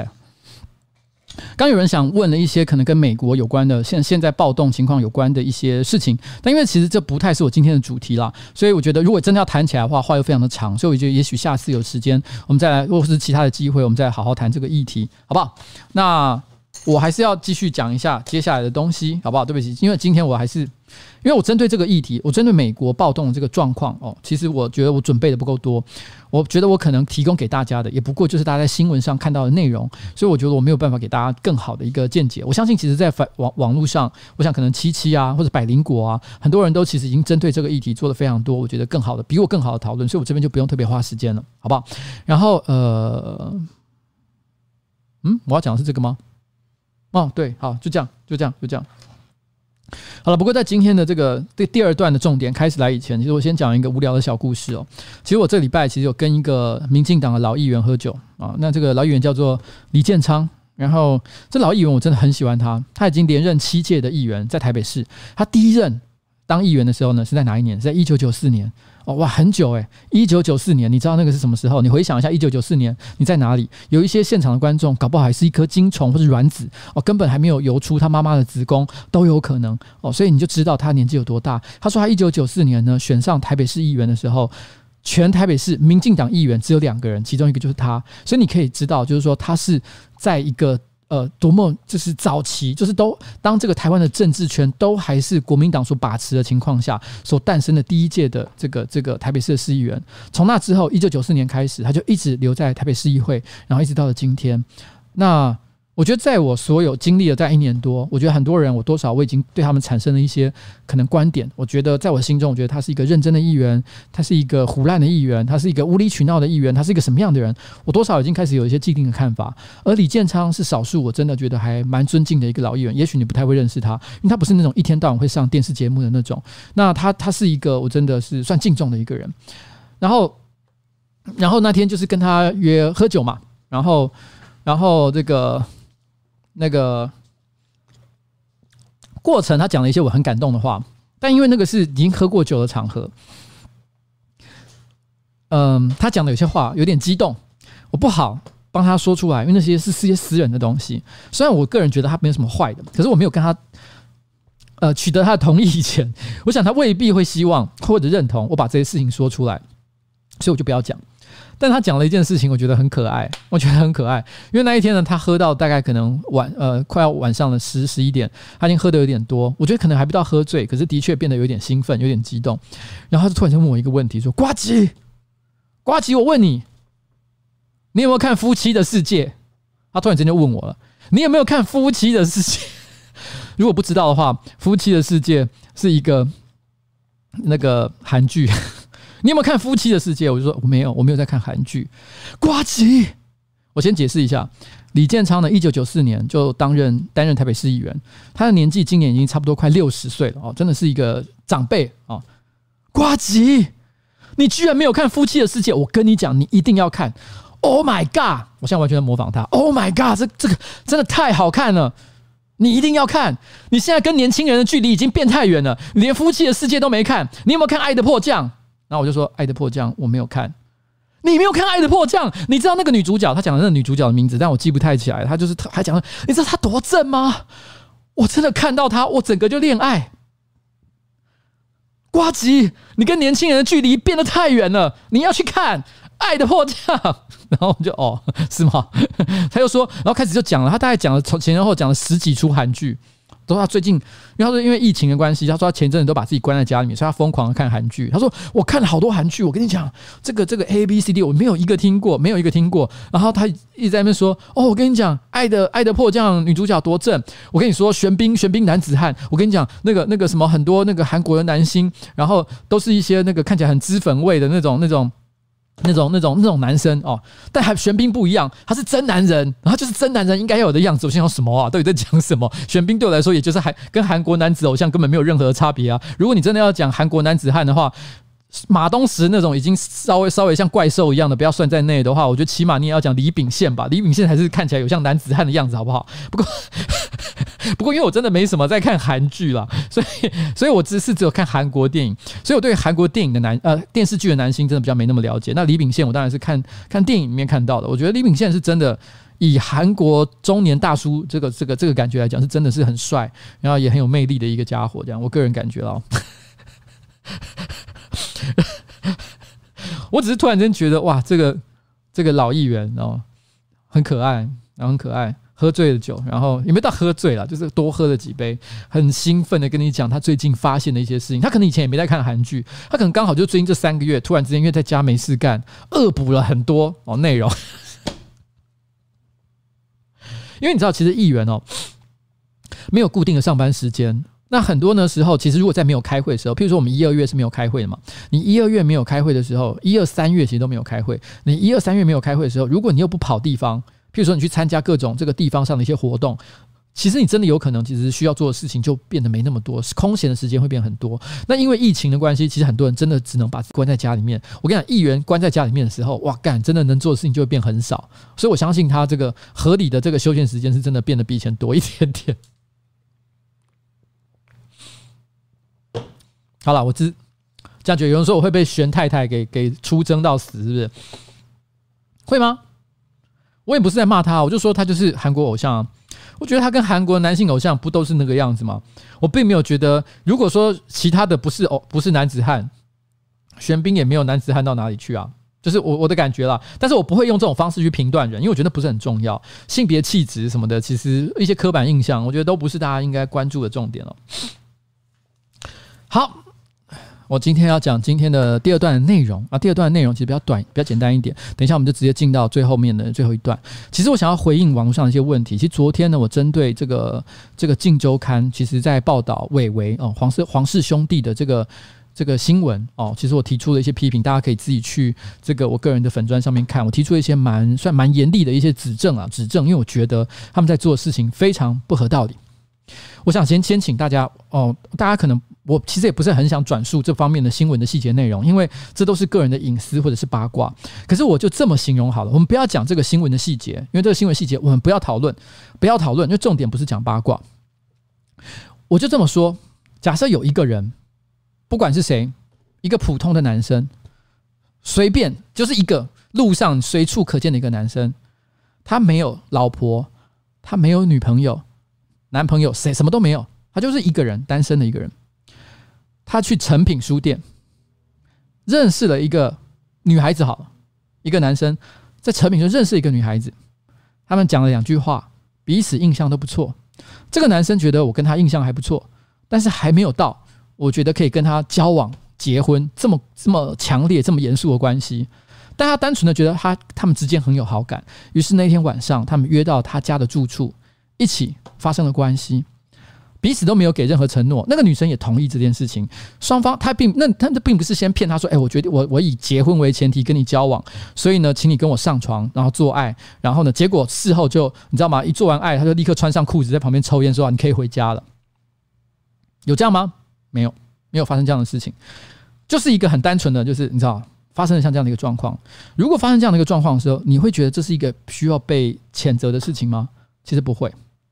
刚有人想问了一些可能跟美国有关的，现现在暴动情况有关的一些事情，但因为其实这不太是我今天的主题啦，所以我觉得如果真的要谈起来的话，话又非常的长，所以我觉得也许下次有时间我们再来，或是其他的机会，我们再来好好谈这个议题，好不好？那我还是要继续讲一下接下来的东西，好不好？对不起，因为今天我还是因为我针对这个议题，我针对美国暴动的这个状况哦，其实我觉得我准备的不够多，我觉得我可能提供给大家的也不过就是大家在新闻上看到的内容，所以我觉得我没有办法给大家更好的一个见解。我相信其实在网网络上，我想可能七七啊或者百灵果啊，很多人都其实已经针对这个议题做了非常多，我觉得更好的比我更好的讨论，所以我这边就不用特别花时间了，好不好？然后呃，嗯，我要讲的是这个吗？哦，对，好，就这样，就这样，就这样。好了，不过在今天的这个第二段的重点开始来以前，其实我先讲一个无聊的小故事哦。其实我这礼拜其实有跟一个民进党的老议员喝酒啊，那这个老议员叫做李建昌，然后这老议员我真的很喜欢他，他已经连任七届的议员，在台北市。他第一任当议员的时候呢，是在哪一年？是在一九九四年。哦，哇，很久哎！一九九四年，你知道那个是什么时候？你回想一下，一九九四年你在哪里？有一些现场的观众，搞不好还是一颗精虫或是卵子哦，根本还没有游出他妈妈的子宫都有可能哦，所以你就知道他年纪有多大。他说他一九九四年呢选上台北市议员的时候，全台北市民进党议员只有两个人，其中一个就是他，所以你可以知道，就是说他是在一个。呃，多么就是早期，就是都当这个台湾的政治圈都还是国民党所把持的情况下，所诞生的第一届的这个这个台北市的市议员。从那之后，一九九四年开始，他就一直留在台北市议会，然后一直到了今天。那我觉得在我所有经历了在一年多，我觉得很多人我多少我已经对他们产生了一些可能观点。我觉得在我心中，我觉得他是一个认真的议员，他是一个胡乱的议员，他是一个无理取闹的议员，他是一个什么样的人，我多少已经开始有一些既定的看法。而李建昌是少数我真的觉得还蛮尊敬的一个老议员，也许你不太会认识他，因为他不是那种一天到晚会上电视节目的那种。那他他是一个我真的是算敬重的一个人。然后然后那天就是跟他约喝酒嘛，然后然后这个。那个过程，他讲了一些我很感动的话，但因为那个是已经喝过酒的场合，嗯，他讲的有些话有点激动，我不好帮他说出来，因为那些是些私人的东西。虽然我个人觉得他没有什么坏的，可是我没有跟他呃取得他的同意以前，我想他未必会希望或者认同我把这些事情说出来，所以我就不要讲。但他讲了一件事情，我觉得很可爱，我觉得很可爱，因为那一天呢，他喝到大概可能晚呃快要晚上的十十一点，他已经喝得有点多，我觉得可能还不到喝醉，可是的确变得有点兴奋，有点激动，然后他就突然间问我一个问题，说：“呱吉，呱吉，我问你，你有没有看《夫妻的世界》？”他突然间就问我了：“你有没有看《夫妻的世界》？”如果不知道的话，《夫妻的世界》是一个那个韩剧。你有没有看《夫妻的世界》？我就说我没有，我没有在看韩剧。呱吉，我先解释一下，李建昌呢，一九九四年就担任担任台北市议员，他的年纪今年已经差不多快六十岁了哦，真的是一个长辈啊。呱吉，你居然没有看《夫妻的世界》？我跟你讲，你一定要看。Oh my god！ 我现在完全在模仿他。Oh my god！ 这这个真的太好看了。 你一定要看。你现在跟年轻人的距离已经变太远了，你连夫妻的世界都没看。你有没有看《爱的迫降》？然后我就说《爱的迫降》我没有看。你没有看《爱的迫降》？你知道那个女主角，她讲的那个女主角的名字，但我记不太起来。她就是还讲，你知道她多正吗？我真的看到她，我整个就恋爱。呱吉，你跟年轻人的距离变得太远了，你要去看《爱的迫降》。然后我就哦，是吗？他又说，然后开始就讲了，他大概讲了从前前后讲了十几出韩剧。都他最近，因为他说因为疫情的关系，他说他前阵子都把自己关在家里面，所以他疯狂的看韩剧。他说我看了好多韩剧，我跟你讲，这个这个 A B C D 我没有一个听过，没有一个听过。然后他一直在那边说，哦，我跟你讲，爱的爱的迫降女主角多正。我跟你说，玄彬玄彬男子汉。我跟你讲，那个那个什么很多那个韩国的男星，然后都是一些那个看起来很脂粉味的那种那种。那种、那种、那种男生哦，但还玄彬不一样，他是真男人，然后就是真男人应该要有的样子。我心想什么啊？到底在讲什么？玄彬对我来说，也就是还跟韩国男子偶像根本没有任何的差别啊！如果你真的要讲韩国男子汉的话，马东石那种已经稍微稍微像怪兽一样的，不要算在内的话，我觉得起码你也要讲李秉宪吧。李秉宪还是看起来有像男子汉的样子，好不好？不过。不过因为我真的没什么在看韩剧啦，所以所以我只是只有看韩国电影，所以我对韩国电影的男呃电视剧的男星真的比较没那么了解。那李秉宪我当然是看看电影里面看到的，我觉得李秉宪是真的以韩国中年大叔这个这个这个感觉来讲，是真的是很帅，然后也很有魅力的一个家伙。这样我个人感觉到，我只是突然间觉得哇，这个这个老议员哦很可爱，然后很可爱。喝醉了酒，然后也没到喝醉了，就是多喝了几杯，很兴奋的跟你讲他最近发现的一些事情。他可能以前也没在看韩剧，他可能刚好就最近这三个月突然之间因为在家没事干，恶补了很多哦内容。因为你知道，其实议员哦没有固定的上班时间。那很多的时候，其实如果在没有开会的时候，譬如说我们一二月是没有开会的嘛，你一二月没有开会的时候，一二三月其实都没有开会。你一二三月没有开会的时候，如果你又不跑地方。譬如说，你去参加各种这个地方上的一些活动，其实你真的有可能，其实需要做的事情就变得没那么多，空闲的时间会变很多。那因为疫情的关系，其实很多人真的只能把自己关在家里面。我跟你讲，议员关在家里面的时候，哇干，真的能做的事情就会变很少。所以我相信他这个合理的这个休闲时间是真的变得比以前多一点点。好了，我只这样觉得，有人说我会被玄太太给给出征到死，是不是？会吗？我也不是在骂他，我就说他就是韩国偶像啊。我觉得他跟韩国男性偶像不都是那个样子吗？我并没有觉得，如果说其他的不是偶不是男子汉，玄彬也没有男子汉到哪里去啊，就是我我的感觉啦。但是我不会用这种方式去评断人，因为我觉得不是很重要。性别气质什么的，其实一些刻板印象，我觉得都不是大家应该关注的重点了。好。我今天要讲今天的第二段的内容啊，第二段的内容其实比较短，比较简单一点。等一下我们就直接进到最后面的最后一段。其实我想要回应网络上的一些问题。其实昨天呢，我针对这个这个《镜周刊》，其实在报道伟伟哦黄氏黄氏兄弟的这个这个新闻哦，其实我提出了一些批评，大家可以自己去这个我个人的粉专上面看。我提出了一些蛮算蛮严厉的一些指正啊，指正，因为我觉得他们在做的事情非常不合道理。我想先先请大家哦，大家可能。我其实也不是很想转述这方面的新闻的细节内容，因为这都是个人的隐私或者是八卦。可是我就这么形容好了，我们不要讲这个新闻的细节，因为这个新闻细节我们不要讨论，不要讨论，因为重点不是讲八卦。我就这么说，假设有一个人，不管是谁，一个普通的男生，随便就是一个路上随处可见的一个男生，他没有老婆，他没有女朋友、男朋友，谁什么都没有，他就是一个人，单身的一个人。他去诚品书店认识了一个女孩子，好了，一个男生在诚品书认识一个女孩子，他们讲了两句话，彼此印象都不错。这个男生觉得我跟他印象还不错，但是还没有到我觉得可以跟他交往、结婚这么这么强烈、这么严肃的关系。但他单纯的觉得他他们之间很有好感，于是那天晚上他们约到他家的住处，一起发生了关系。彼此都没有给任何承诺，那个女生也同意这件事情。双方他并那他并不是先骗他说，哎、欸，我决定我我以结婚为前提跟你交往，所以呢，请你跟我上床，然后做爱，然后呢，结果事后就你知道吗？一做完爱，他就立刻穿上裤子在旁边抽烟，说、啊、你可以回家了。有这样吗？没有，没有发生这样的事情，就是一个很单纯的，就是你知道发生了像这样的一个状况。如果发生这样的一个状况的时候，你会觉得这是一个需要被谴责的事情吗？其实不会。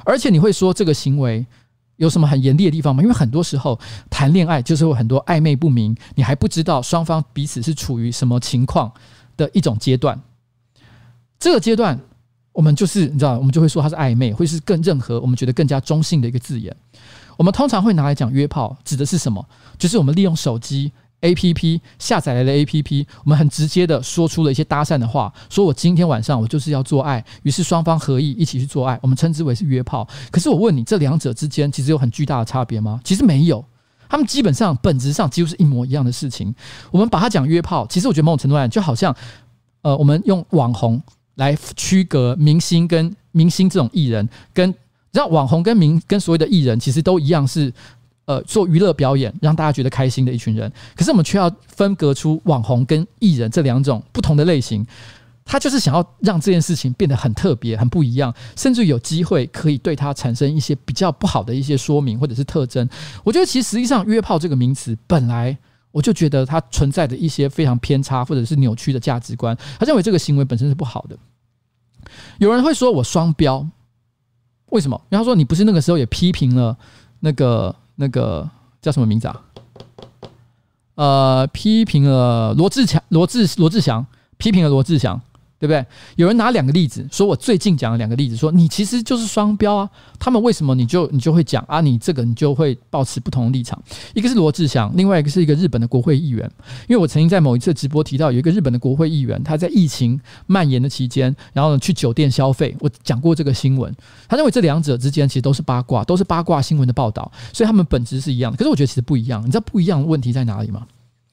而且你会说这个行为有什么很严厉的地方吗？因为很多时候谈恋爱就是有很多暧昧不明，你还不知道双方彼此是处于什么情况的一种阶段。这个阶段我们就是你知道，我们就会说它是暧昧，会是更任何我们觉得更加中性的一个字眼。我们通常会拿来讲约炮，指的是什么？就是我们利用手机 A P P 下载来的 A P P， 我们很直接的说出了一些搭讪的话，说我今天晚上我就是要做爱，于是双方合意一起去做爱，我们称之为是约炮。可是我问你，这两者之间其实有很巨大的差别吗？其实没有，他们基本上本质上几乎是一模一样的事情。我们把它讲约炮，其实我觉得某种程度上就好像呃，我们用网红来区隔明星跟明星这种艺人，跟让网红跟明跟所谓的艺人其实都一样是呃，做娱乐表演让大家觉得开心的一群人，可是我们却要分隔出网红跟艺人这两种不同的类型。他就是想要让这件事情变得很特别很不一样，甚至有机会可以对他产生一些比较不好的一些说明或者是特征。我觉得其实实际上约炮这个名词本来我就觉得它存在的一些非常偏差或者是扭曲的价值观，他认为这个行为本身是不好的。有人会说我双标，为什么？因为他说你不是那个时候也批评了那个那个叫什么名字啊？呃，批评了罗志强，罗志罗志祥，批评了罗志祥，对不对？有人拿两个例子，说我最近讲的两个例子，说你其实就是双标啊。他们为什么你就你就会讲啊？你这个你就会抱持不同的立场。一个是罗志祥，另外一个是一个日本的国会议员。因为我曾经在某一次直播提到，有一个日本的国会议员，他在疫情蔓延的期间，然后呢去酒店消费。我讲过这个新闻，他认为这两者之间其实都是八卦，都是八卦新闻的报道，所以他们本质是一样的。可是我觉得其实不一样，你知道不一样的问题在哪里吗？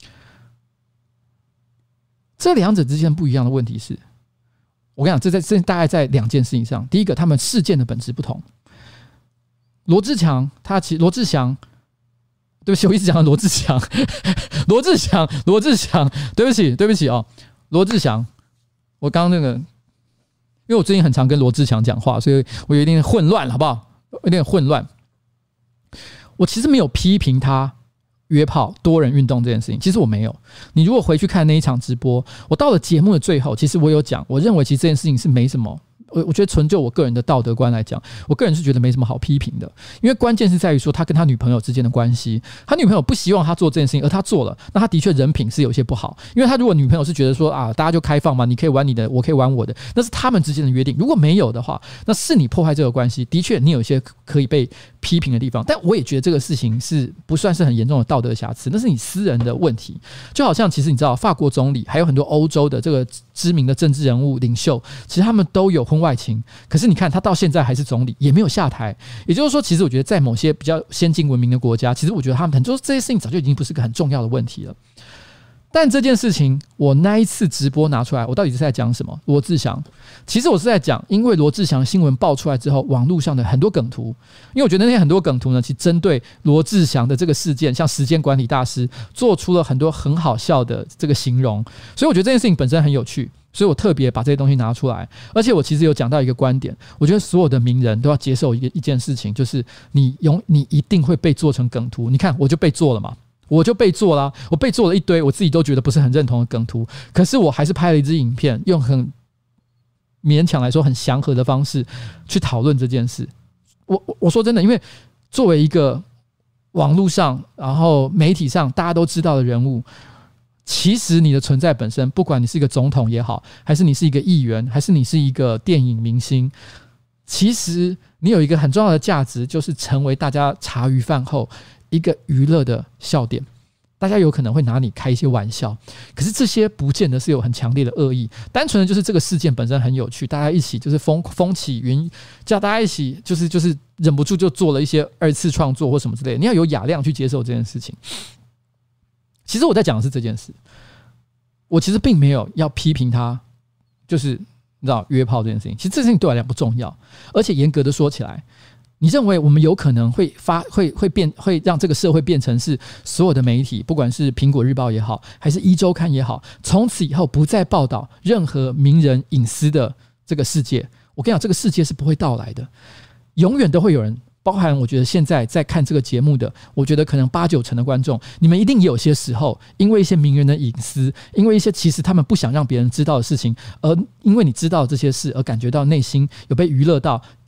这两者之间不一样的问题是，我跟你讲，这在这大概在两件事情上。第一个，他们事件的本质不同。罗志强，他其实罗志祥，对不起，我一直讲罗志祥，罗志祥，罗志祥，对不起，对不起哦，罗志祥，我刚刚那个，因为我最近很常跟罗志祥讲话，所以我有一点混乱，好不好？有点混乱。我其实没有批评他约炮多人运动这件事情，其实我没有。你如果回去看那一场直播，我到了节目的最后，其实我有讲，我认为其实这件事情是没什么，我我觉得纯就我个人的道德观来讲，我个人是觉得没什么好批评的。因为关键是在于说他跟他女朋友之间的关系，他女朋友不希望他做这件事情，而他做了，那他的确人品是有些不好。因为他如果女朋友是觉得说啊，大家就开放嘛，你可以玩你的，我可以玩我的，那是他们之间的约定。如果没有的话，那是你破坏这个关系，的确你有一些可以被批评的地方，但我也觉得这个事情是不算是很严重的道德瑕疵，那是你私人的问题。就好像其实你知道，法国总理还有很多欧洲的这个知名的政治人物领袖，其实他们都有婚外情，可是你看他到现在还是总理，也没有下台。也就是说，其实我觉得在某些比较先进文明的国家，其实我觉得他们很多这些事情早就已经不是个很重要的问题了。但这件事情，我那一次直播拿出来，我到底是在讲什么？罗志祥，其实我是在讲，因为罗志祥新闻爆出来之后，网络上的很多梗图，因为我觉得那些很多梗图呢，其实针对罗志祥的这个事件，像时间管理大师做出了很多很好笑的这个形容，所以我觉得这件事情本身很有趣，所以我特别把这些东西拿出来。而且我其实有讲到一个观点，我觉得所有的名人都要接受一个一件事情，就是你永你一定会被做成梗图。你看，我就被做了嘛。我就被做了，我被做了一堆我自己都觉得不是很认同的梗图，可是我还是拍了一支影片，用很勉强来说很祥和的方式去讨论这件事。我我说真的，因为作为一个网络上然后媒体上大家都知道的人物，其实你的存在本身，不管你是一个总统也好，还是你是一个议员，还是你是一个电影明星，其实你有一个很重要的价值，就是成为大家茶余饭后一个娱乐的笑点。大家有可能会拿你开一些玩笑，可是这些不见得是有很强烈的恶意，单纯的就是这个事件本身很有趣，大家一起就是风风起云，叫大家一起就是就是忍不住就做了一些二次创作或什么之类的。你要有雅量去接受这件事情。其实我在讲的是这件事，我其实并没有要批评他，就是你知道约炮这件事情，其实这件事情对我来讲不重要，而且严格的说起来，你认为我们有可能会发会会变会让这个社会变成是所有的媒体，不管是苹果日报也好，还是一周刊也好，从此以后不再报道任何名人隐私的这个世界？我跟你讲，这个世界是不会到来的，永远都会有人。包含我觉得现在在看这个节目的，我觉得可能八九成的观众，你们一定也有些时候因为一些名人的隐私，因为一些其实他们不想让别人知道的事情，而因为你知道这些事而感觉到内心有被娱乐到，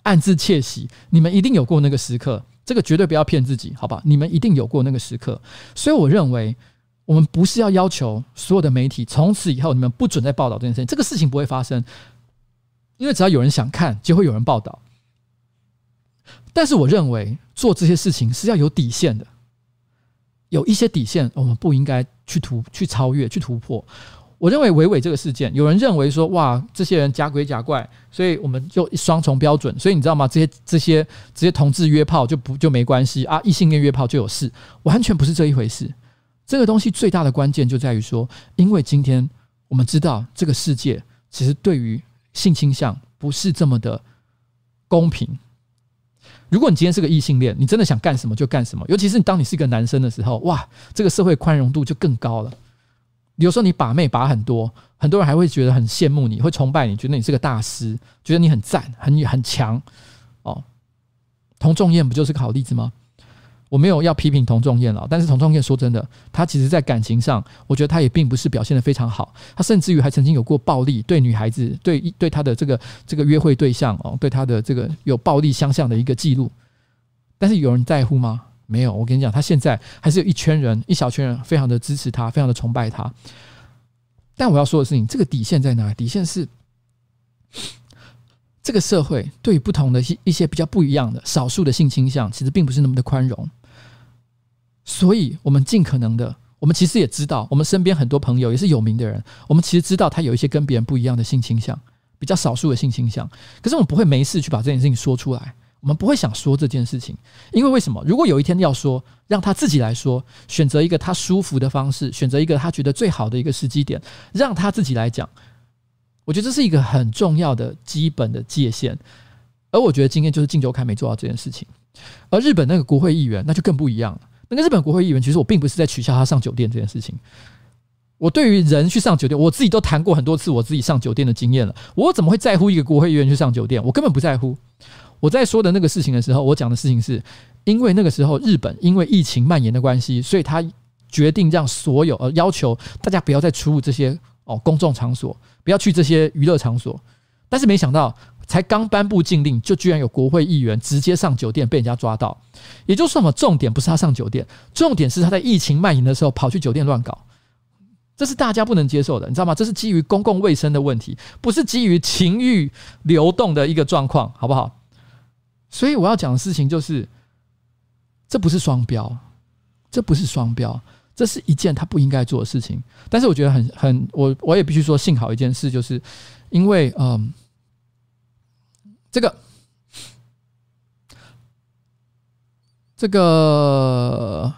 暗自窃喜，你们一定有过那个时刻，这个绝对不要骗自己，好吧？你们一定有过那个时刻，所以我认为我们不是要要求所有的媒体从此以后你们不准再报道这件事情，这个事情不会发生，因为只要有人想看，就会有人报道。但是我认为做这些事情是要有底线的，有一些底线我们不应该去突去超越去突破。我认为伟伟这个事件，有人认为说哇，这些人假鬼假怪，所以我们就双重标准，所以你知道吗？这些这些这些同志约炮就不就没关系啊，异性恋约炮就有事，完全不是这一回事。这个东西最大的关键就在于说，因为今天我们知道这个世界其实对于性倾向不是这么的公平。如果你今天是个异性恋，你真的想干什么就干什么，尤其是当你是一个男生的时候，哇，这个社会宽容度就更高了。有时候你把妹把很多，很多人还会觉得很羡慕你，会崇拜你，觉得你是个大师，觉得你很赞，很很强哦。童仲彦不就是个好例子吗？我没有要批评童仲彦了，但是童仲彦说真的，他其实在感情上，我觉得他也并不是表现得非常好，他甚至于还曾经有过暴力，对女孩子，对对他的这个这个约会对象哦，对他的这个有暴力相向的一个记录。但是有人在乎吗？没有。我跟你讲，他现在还是有一圈人，一小圈人非常的支持他，非常的崇拜他。但我要说的事情，这个底线在哪里？底线是这个社会对于不同的一些比较不一样的少数的性倾向，其实并不是那么的宽容。所以我们尽可能的，我们其实也知道，我们身边很多朋友也是有名的人，我们其实知道他有一些跟别人不一样的性倾向，比较少数的性倾向，可是我们不会没事去把这件事情说出来，我们不会想说这件事情。因为为什么？如果有一天要说，让他自己来说，选择一个他舒服的方式，选择一个他觉得最好的一个时机点，让他自己来讲，我觉得这是一个很重要的基本的界限。而我觉得今天就是《镜周刊》没做到这件事情。而日本那个国会议员那就更不一样了。那个日本国会议员，其实我并不是在取笑他上酒店这件事情。我对于人去上酒店，我自己都谈过很多次我自己上酒店的经验了。我怎么会在乎一个国会议员去上酒店？我根本不在乎。我在说的那个事情的时候，我讲的事情是因为那个时候日本因为疫情蔓延的关系，所以他决定让所有、呃、要求大家不要再出入这些、哦、公众场所，不要去这些娱乐场所。但是没想到才刚颁布禁令，就居然有国会议员直接上酒店被人家抓到。也就是说，重点不是他上酒店，重点是他在疫情蔓延的时候跑去酒店乱搞。这是大家不能接受的，你知道吗？这是基于公共卫生的问题，不是基于情欲流动的一个状况，好不好？所以我要讲的事情就是，这不是双标，这不是双标，这是一件他不应该做的事情。但是我觉得很很，我我也必须说，幸好一件事，就是因为嗯，这个这个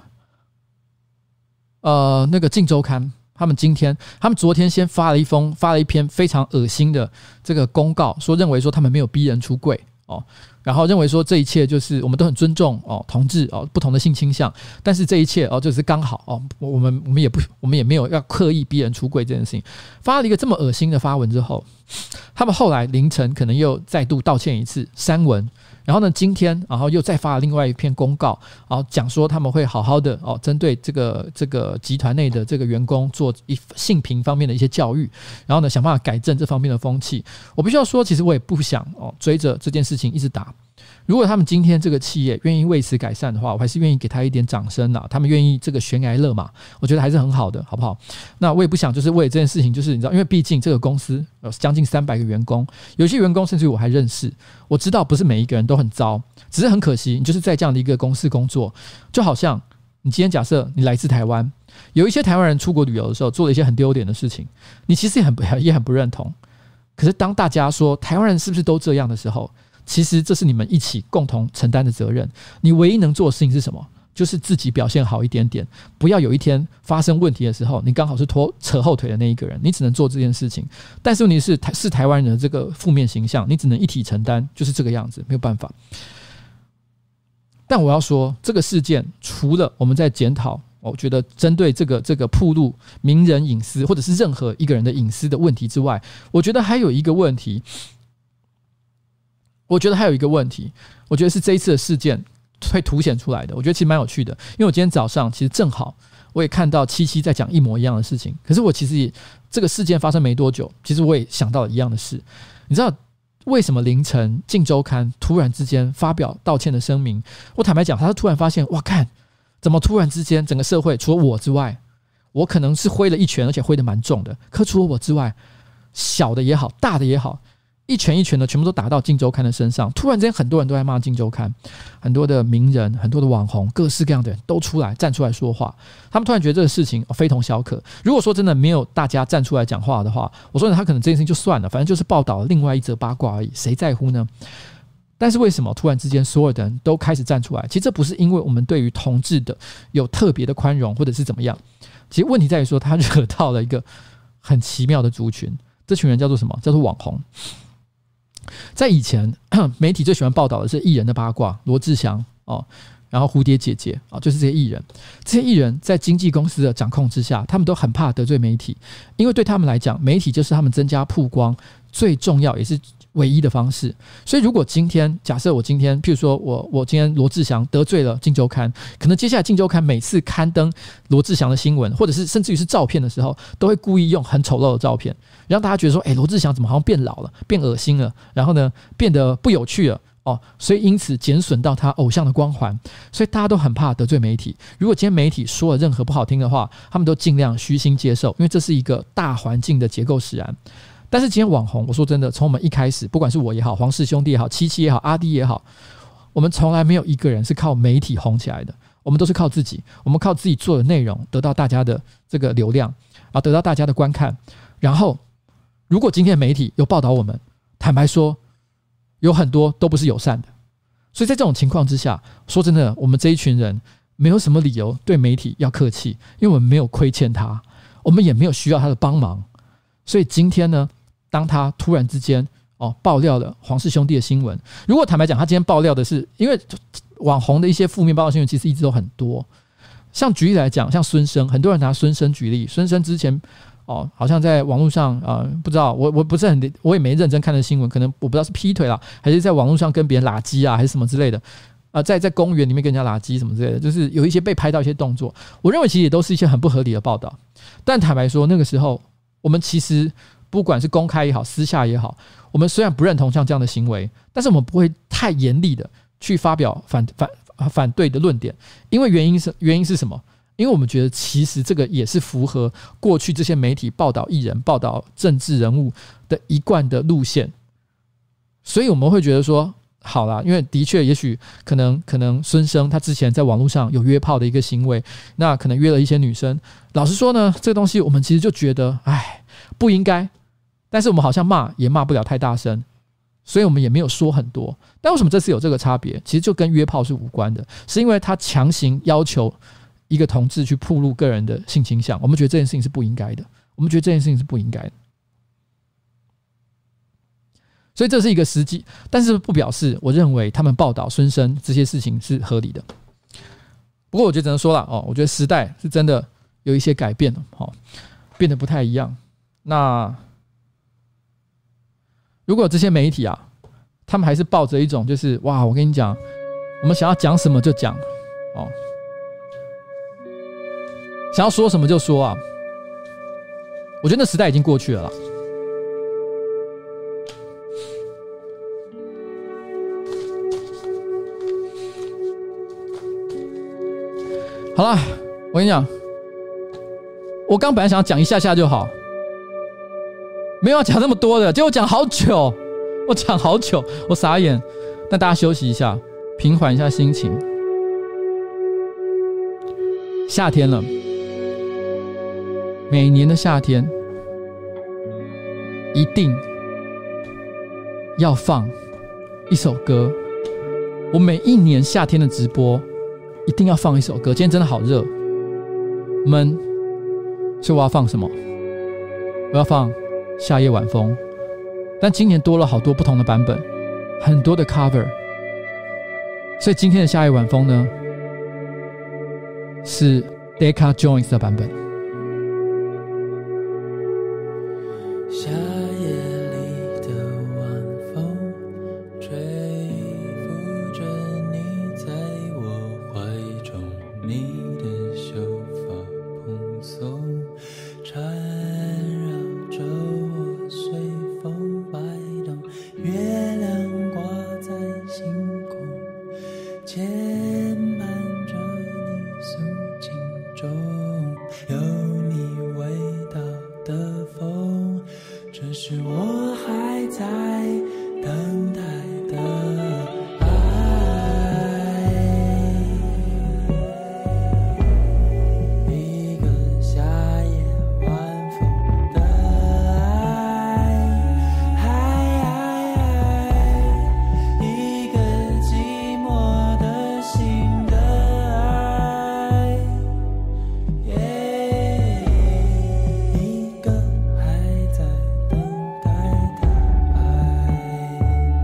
呃那个《镜周刊》。他们今天，他们昨天先发了一封，发了一篇非常恶心的这个公告，说认为说他们没有逼人出柜哦，然后认为说这一切就是我们都很尊重哦同志哦不同的性倾向，但是这一切哦就是刚好哦，我们我们也不我们也没有要刻意逼人出柜这件事情。发了一个这么恶心的发文之后，他们后来凌晨可能又再度道歉一次，删文。然后呢，今天然后又再发了另外一篇公告，然后讲说他们会好好的哦，针对这个这个集团内的这个员工做一性平方面的一些教育，然后呢想办法改正这方面的风气。我必须要说，其实我也不想哦追着这件事情一直打。如果他们今天这个企业愿意为此改善的话，我还是愿意给他一点掌声啦。他们愿意这个悬崖勒马，我觉得还是很好的，好不好？那我也不想就是为了这件事情，就是你知道，因为毕竟这个公司有将近三百个员工，有些员工甚至于我还认识，我知道不是每一个人都很糟，只是很可惜，你就是在这样的一个公司工作，就好像你今天假设你来自台湾，有一些台湾人出国旅游的时候做了一些很丢脸的事情，你其实也很也很不认同。可是当大家说台湾人是不是都这样的时候，其实这是你们一起共同承担的责任。你唯一能做的事情是什么？就是自己表现好一点点，不要有一天发生问题的时候，你刚好是拖扯后腿的那一个人，你只能做这件事情。但是问题是，是台湾人的这个负面形象，你只能一体承担，就是这个样子，没有办法。但我要说，这个事件除了我们在检讨，我觉得针对这个这个暴露名人隐私或者是任何一个人的隐私的问题之外，我觉得还有一个问题。我觉得还有一个问题，我觉得是这一次的事件会凸显出来的。我觉得其实蛮有趣的，因为我今天早上其实正好我也看到七七在讲一模一样的事情，可是我其实也这个事件发生没多久，其实我也想到了一样的事。你知道， 为什么凌晨《镜周刊》突然之间发表道歉的声明？我坦白讲，他是突然发现，哇，看怎么突然之间整个社会除了我之外，我可能是挥了一拳，而且挥得蛮重的，可除了我之外，小的也好，大的也好，一拳一拳的全部都打到《镜周刊》的身上。突然之间，很多人都在骂《镜周刊》，很多的名人、很多的网红、各式各样的人都出来站出来说话。他们突然觉得这个事情、哦、非同小可。如果说真的没有大家站出来讲话的话，我说他可能这件事情就算了，反正就是报道另外一则八卦而已，谁在乎呢？但是为什么突然之间所有的人都开始站出来？其实这不是因为我们对于同志的有特别的宽容，或者是怎么样。其实问题在于说，他惹到了一个很奇妙的族群，这群人叫做什么？叫做网红。在以前，媒体最喜欢报道的是艺人的八卦，罗志祥哦，然后蝴蝶姐姐啊、哦，就是这些艺人。这些艺人在经纪公司的掌控之下，他们都很怕得罪媒体，因为对他们来讲，媒体就是他们增加曝光最重要也是唯一的方式。所以如果今天假设我今天譬如说我我今天罗志祥得罪了《镜周刊》，可能接下来《镜周刊》每次刊登罗志祥的新闻，或者是甚至于是照片的时候，都会故意用很丑陋的照片，让大家觉得说，哎，罗志祥怎么好像变老了，变恶心了，然后呢变得不有趣了哦，所以因此减损到他偶像的光环，所以大家都很怕得罪媒体。如果今天媒体说了任何不好听的话，他们都尽量虚心接受，因为这是一个大环境的结构使然。但是今天网红，我说真的，从我们一开始，不管是我也好，黄氏兄弟也好，七七也好，阿弟也好，我们从来没有一个人是靠媒体红起来的，我们都是靠自己，我们靠自己做的内容得到大家的这个流量，啊，得到大家的观看。然后，如果今天的媒体有报道我们，坦白说，有很多都不是友善的。所以在这种情况之下，说真的，我们这一群人没有什么理由对媒体要客气，因为我们没有亏欠他，我们也没有需要他的帮忙。所以今天呢，当他突然之间哦爆料了黄氏兄弟的新闻，如果坦白讲，他今天爆料的是，因为网红的一些负面报道新闻其实一直都很多。像举例来讲，像孙生，很多人拿孙生举例，孙生之前哦好像在网络上啊、呃，不知道我我不是很我也没认真看的新闻，可能我不知道是劈腿啦，还是在网络上跟别人拉鸡啊，还是什么之类的。啊、呃，在在公园里面跟人家拉鸡什么之类的，就是有一些被拍到一些动作，我认为其实也都是一些很不合理的报道。但坦白说，那个时候我们其实不管是公开也好，私下也好，我们虽然不认同像这样的行为，但是我们不会太严厉的去发表反反反对的论点，因为原因是原因是什么？因为我们觉得其实这个也是符合过去这些媒体报道艺人、报道政治人物的一贯的路线，所以我们会觉得说，好啦，因为的确也许可能可能孙生他之前在网络上有约炮的一个行为，那可能约了一些女生，老实说呢，这个东西我们其实就觉得哎不应该，但是我们好像骂也骂不了太大声，所以我们也没有说很多。但为什么这次有这个差别？其实就跟约炮是无关的，是因为他强行要求一个同志去暴露个人的性倾向，我们觉得这件事情是不应该的，我们觉得这件事情是不应该的。所以这是一个实际，但是不表示我认为他们报道孙生这些事情是合理的。不过我觉得只能说了哦，我觉得时代是真的有一些改变了，哦，变得不太一样。那如果这些媒体啊，他们还是抱着一种就是哇，我跟你讲，我们想要讲什么就讲哦，想要说什么就说啊，我觉得那时代已经过去了啦。好了，我跟你讲，我刚本来想要讲一下下就好，没有要讲那么多的，结果讲好久，我讲好久，我傻眼。但大家休息一下，平缓一下心情。夏天了，每年的夏天一定要放一首歌。我每一年夏天的直播一定要放一首歌。今天真的好热闷，所以我要放什么？我要放夏夜晚风。但今年多了好多不同的版本，很多的 cover， 所以今天的夏夜晚风呢是 Decca Jones 的版本。 夏夜里的晚风吹拂着你在我怀中，你的秀发蓬松缠绕着我随风摆动，月牵绊着你素净中有你味道的风，这是我还在等待的爱。一个夏夜晚风的爱，一个寂寞的心的爱，一个还在等待的爱。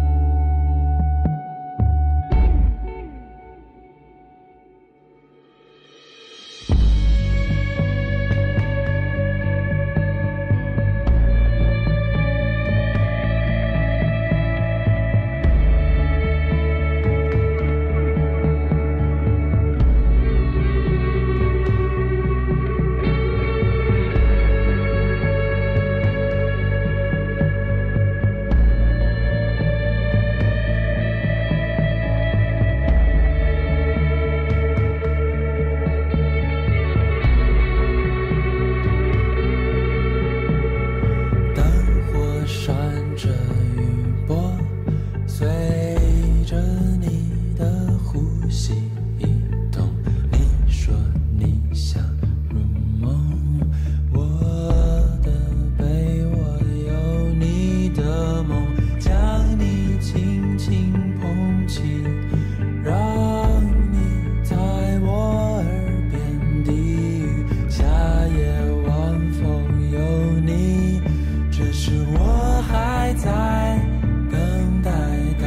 灯火闪着余波，随着你的呼吸移动。你说你想入梦，我的被窝有你的梦，将你轻轻捧起，让你在我耳边低语。夏夜晚风有你，这是我还在等待的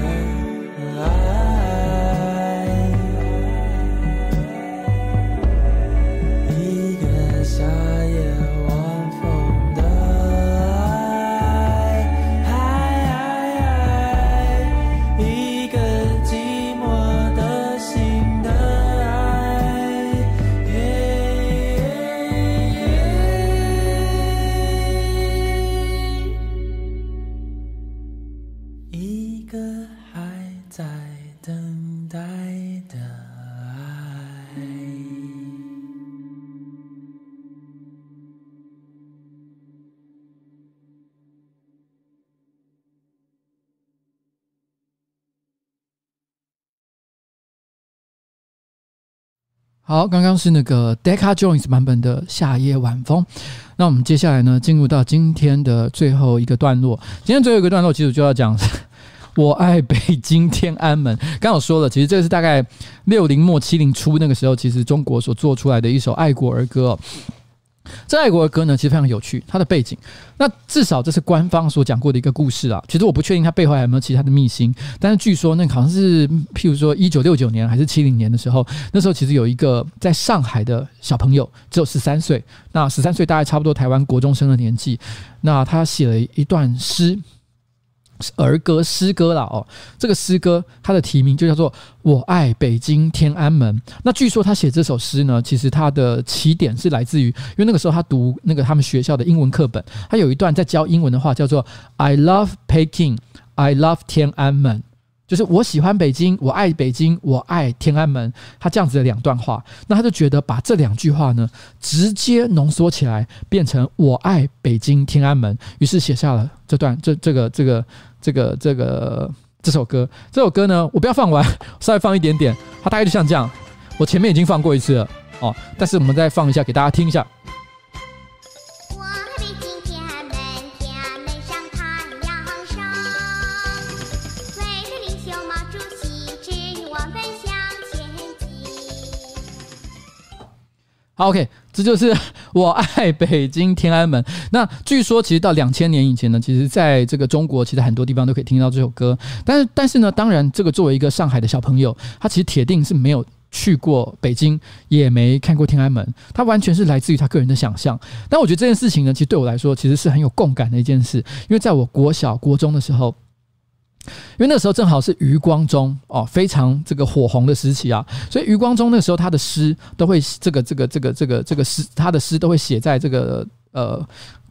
爱。一个夏夜晚风的爱，一个寂寞的心的爱，一个还在等待的爱。 好，刚刚是那个 Decca Jones 版本的《夏夜晚风》。那我们接下来呢，进入到今天的最后一个段落。今天最后一个段落，其实就要讲我爱北京天安门。刚刚我说了，其实这个是大概六零末七零初那个时候，其实中国所做出来的一首爱国儿歌哦。这爱国儿歌呢，其实非常有趣，它的背景，那至少这是官方所讲过的一个故事啊。其实我不确定它背后还有没有其他的秘辛，但是据说那好像是，譬如说一九六九年还是七零年的时候，那时候其实有一个在上海的小朋友，只有十三岁，那十三岁大概差不多台湾国中生的年纪，那他写了一段诗。儿歌诗歌啦哦，这个诗歌它的题名就叫做《我爱北京天安门》。那据说他写这首诗呢，其实他的起点是来自于，因为那个时候他读那个他们学校的英文课本，他有一段在教英文的话叫做 I love Peking, I love 天安门。就是我喜欢北京，我爱北京，我爱天安门。他这样子的两段话，那他就觉得把这两句话呢，直接浓缩起来，变成我爱北京天安门。于是写下了这段这这个这个这个这个这首歌。这首歌呢，我不要放完，稍微放一点点。它大概就像这样，我前面已经放过一次了哦，但是我们再放一下给大家听一下。好 ，OK， 这就是我爱北京天安门。那据说，其实到两千年以前呢，其实在这个中国，其实很多地方都可以听到这首歌。但是，但是呢，当然，这个作为一个上海的小朋友，他其实铁定是没有去过北京，也没看过天安门，他完全是来自于他个人的想象。但我觉得这件事情呢，其实对我来说，其实是很有共感的一件事，因为在我国小、国中的时候。因为那时候正好是余光中哦，非常这个火红的时期啊，所以余光中那时候他的诗都会这个这个这个这个这个诗，他的诗都会写在这个呃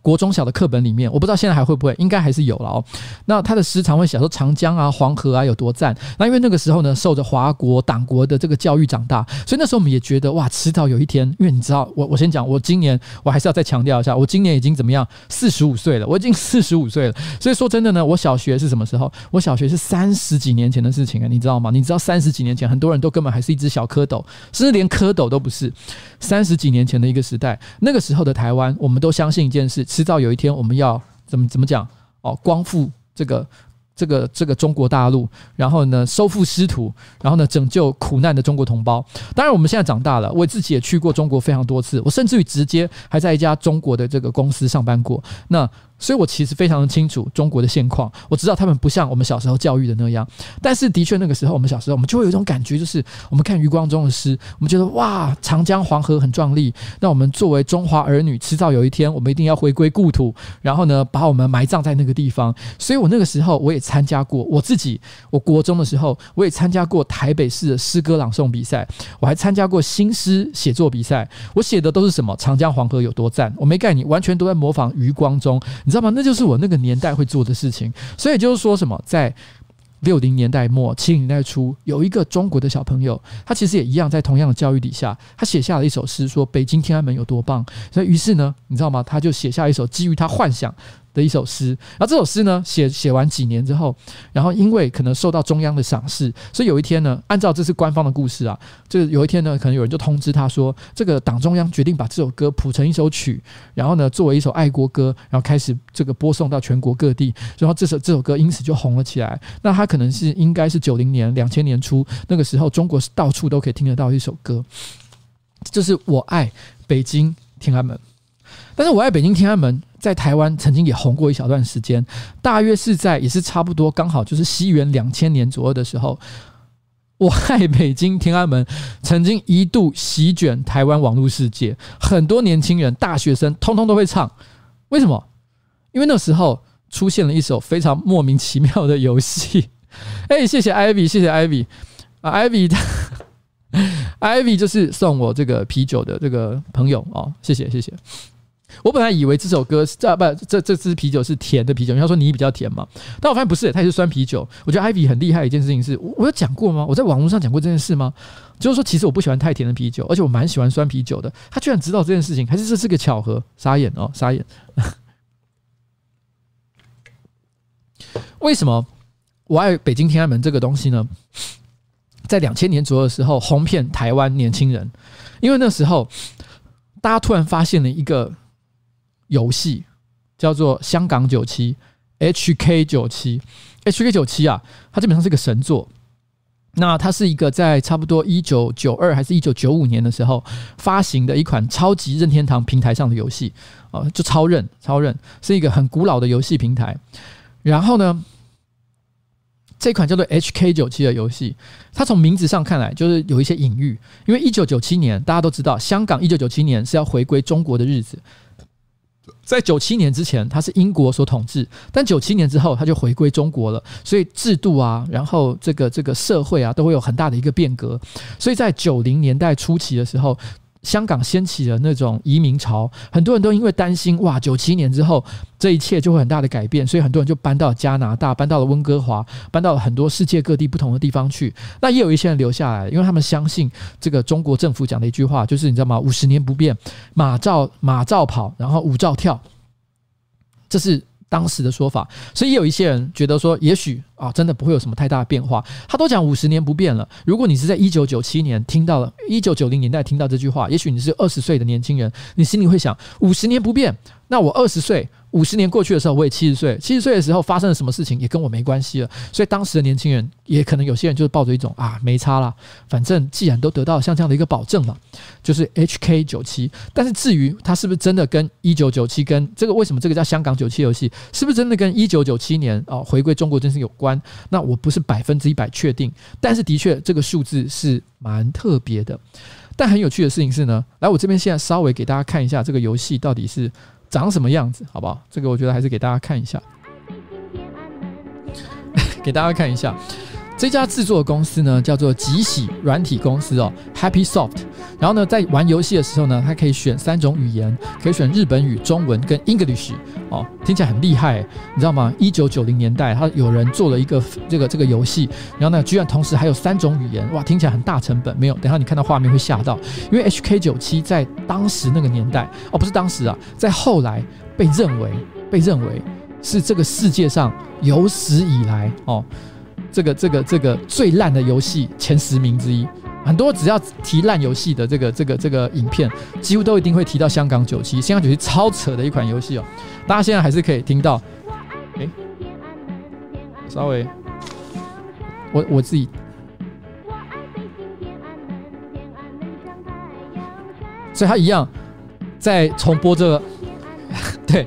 国中小的课本里面，我不知道现在还会不会，应该还是有了哦。那他的诗常会写说长江啊、黄河啊有多赞。那因为那个时候呢，受着华国党国的这个教育长大，所以那时候我们也觉得哇，迟早有一天，因为你知道，我我先讲，我今年我还是要再强调一下，我今年已经怎么样，四十五岁了，我已经四十五岁了。所以说真的呢，我小学是什么时候？我小学是三十几年前的事情啊，你知道吗？你知道三十几年前，很多人都根本还是一只小蝌蚪，甚至连蝌蚪都不是。三十几年前的一个时代，那个时候的台湾，我们都相信一件事。迟早有一天，我们要怎么怎么讲哦？光复这个这个这个中国大陆，然后呢收复失土，然后呢拯救苦难的中国同胞。当然，我们现在长大了，我自己也去过中国非常多次，我甚至于直接还在一家中国的这个公司上班过。那所以我其实非常的清楚中国的现况，我知道他们不像我们小时候教育的那样，但是的确那个时候我们小时候我们就会有一种感觉，就是我们看余光中的诗，我们觉得哇，长江黄河很壮丽，那我们作为中华儿女，迟早有一天我们一定要回归故土，然后呢把我们埋葬在那个地方。所以我那个时候我也参加过，我自己我国中的时候我也参加过台北市的诗歌朗诵比赛，我还参加过新诗写作比赛，我写的都是什么长江黄河有多赞，我没概念，完全都在模仿余光中，你知道吗？那就是我那个年代会做的事情。所以就是说什么，在六零年代末七零年代初，有一个中国的小朋友，他其实也一样在同样的教育底下，他写下了一首诗，说北京天安门有多棒。所以于是呢，你知道吗？他就写下一首基于他幻想的一首诗。然后这首诗呢，写写完几年之后，然后因为可能受到中央的赏识，所以有一天呢，按照这是官方的故事啊，这有一天呢，可能有人就通知他说，这个党中央决定把这首歌谱成一首曲，然后呢，作为一首爱国歌，然后开始这个播送到全国各地，然后这首这首歌因此就红了起来。那他可能是应该是九零年、两千年初那个时候，中国是到处都可以听得到一首歌，就是我爱北京天安门。但是我爱北京天安门在台湾曾经也红过一小段时间，大约是在也是差不多刚好就是西元两千年左右的时候，我爱北京天安门曾经一度席卷台湾网络世界，很多年轻人大学生通通都会唱。为什么？因为那时候出现了一首非常莫名其妙的游戏。哎，谢谢 Ivy， 谢谢 Ivy 啊 Ivy Ivy 就是送我这个啤酒的这个朋友哦，谢谢谢谢。我本来以为这首歌是这不这这支啤酒是甜的啤酒，因为他说你比较甜嘛，但我发现不是，它也是酸啤酒。我觉得 Ivy 很厉害的一件事情是，我我有讲过吗？我在网络上讲过这件事吗？就是说，其实我不喜欢太甜的啤酒，而且我蛮喜欢酸啤酒的。他居然知道这件事情，还是这是个巧合？傻眼哦，傻眼。为什么我爱北京天安门这个东西呢？在两千年左右的时候，红遍台湾年轻人，因为那时候大家突然发现了一个游戏叫做香港九七 H K 九七 H K 九七啊，它基本上是一个神作。那它是一个在差不多一九九二还是一九九五年的时候发行的一款超级任天堂平台上的游戏，呃，就超任超任是一个很古老的游戏平台。然后呢，这款叫做 H K 九七 的游戏，它从名字上看来就是有一些隐喻，因为一九九七年大家都知道，香港一九九七年是要回归中国的日子。在九七年之前，它是英国所统治，但九七年之后，它就回归中国了。所以制度啊，然后这个这个社会啊，都会有很大的一个变革。所以在九零年代初期的时候，香港掀起了那种移民潮，很多人都因为担心哇，九七年之后这一切就会很大的改变，所以很多人就搬到了加拿大，搬到了温哥华，搬到了很多世界各地不同的地方去。那也有一些人留下来，因为他们相信这个中国政府讲的一句话，就是你知道吗？五十年不变，马照马照跑，然后舞照跳，这是当时的说法。所以也有一些人觉得说，也许啊，真的不会有什么太大的变化。他都讲五十年不变了。如果你是在一九九七年听到了，一九九零年代听到这句话，也许你是二十岁的年轻人，你心里会想，五十年不变，那我二十岁，五十年过去的时候，我也七十岁，七十岁的时候发生了什么事情也跟我没关系了。所以当时的年轻人，也可能有些人就是抱着一种啊，没差啦，反正既然都得到像这样的一个保证嘛，就是 H K 九七。但是至于它是不是真的跟一九九七跟这个为什么这个叫香港九七游戏，是不是真的跟一九九七年啊回归中国真是有关？那我不是百分之一百确定，但是的确这个数字是蛮特别的。但很有趣的事情是呢，来我这边现在稍微给大家看一下这个游戏到底是长什么样子，好不好？这个我觉得还是给大家看一下，给大家看一下。这家制作的公司呢，叫做极喜软体公司哦 ，Happy Soft。 然后呢，在玩游戏的时候呢，他可以选三种语言，可以选日本语、中文跟 English 哦，听起来很厉害，你知道吗？一九九零年代，他有人做了一个这个这个游戏，然后呢，居然同时还有三种语言，哇，听起来很大成本。没有，等一下你看到画面会吓到，因为 H K 九七 在当时那个年代，哦，不是当时啊，在后来被认为被认为是这个世界上有史以来哦，这个这个这个最烂的游戏前十名之一。很多只要提烂游戏的这个这个这个影片，几乎都一定会提到香港九七。香港九七超扯的一款游戏哦，大家现在还是可以听到。哎，稍微，我我自己，所以他一样在重播这个，对，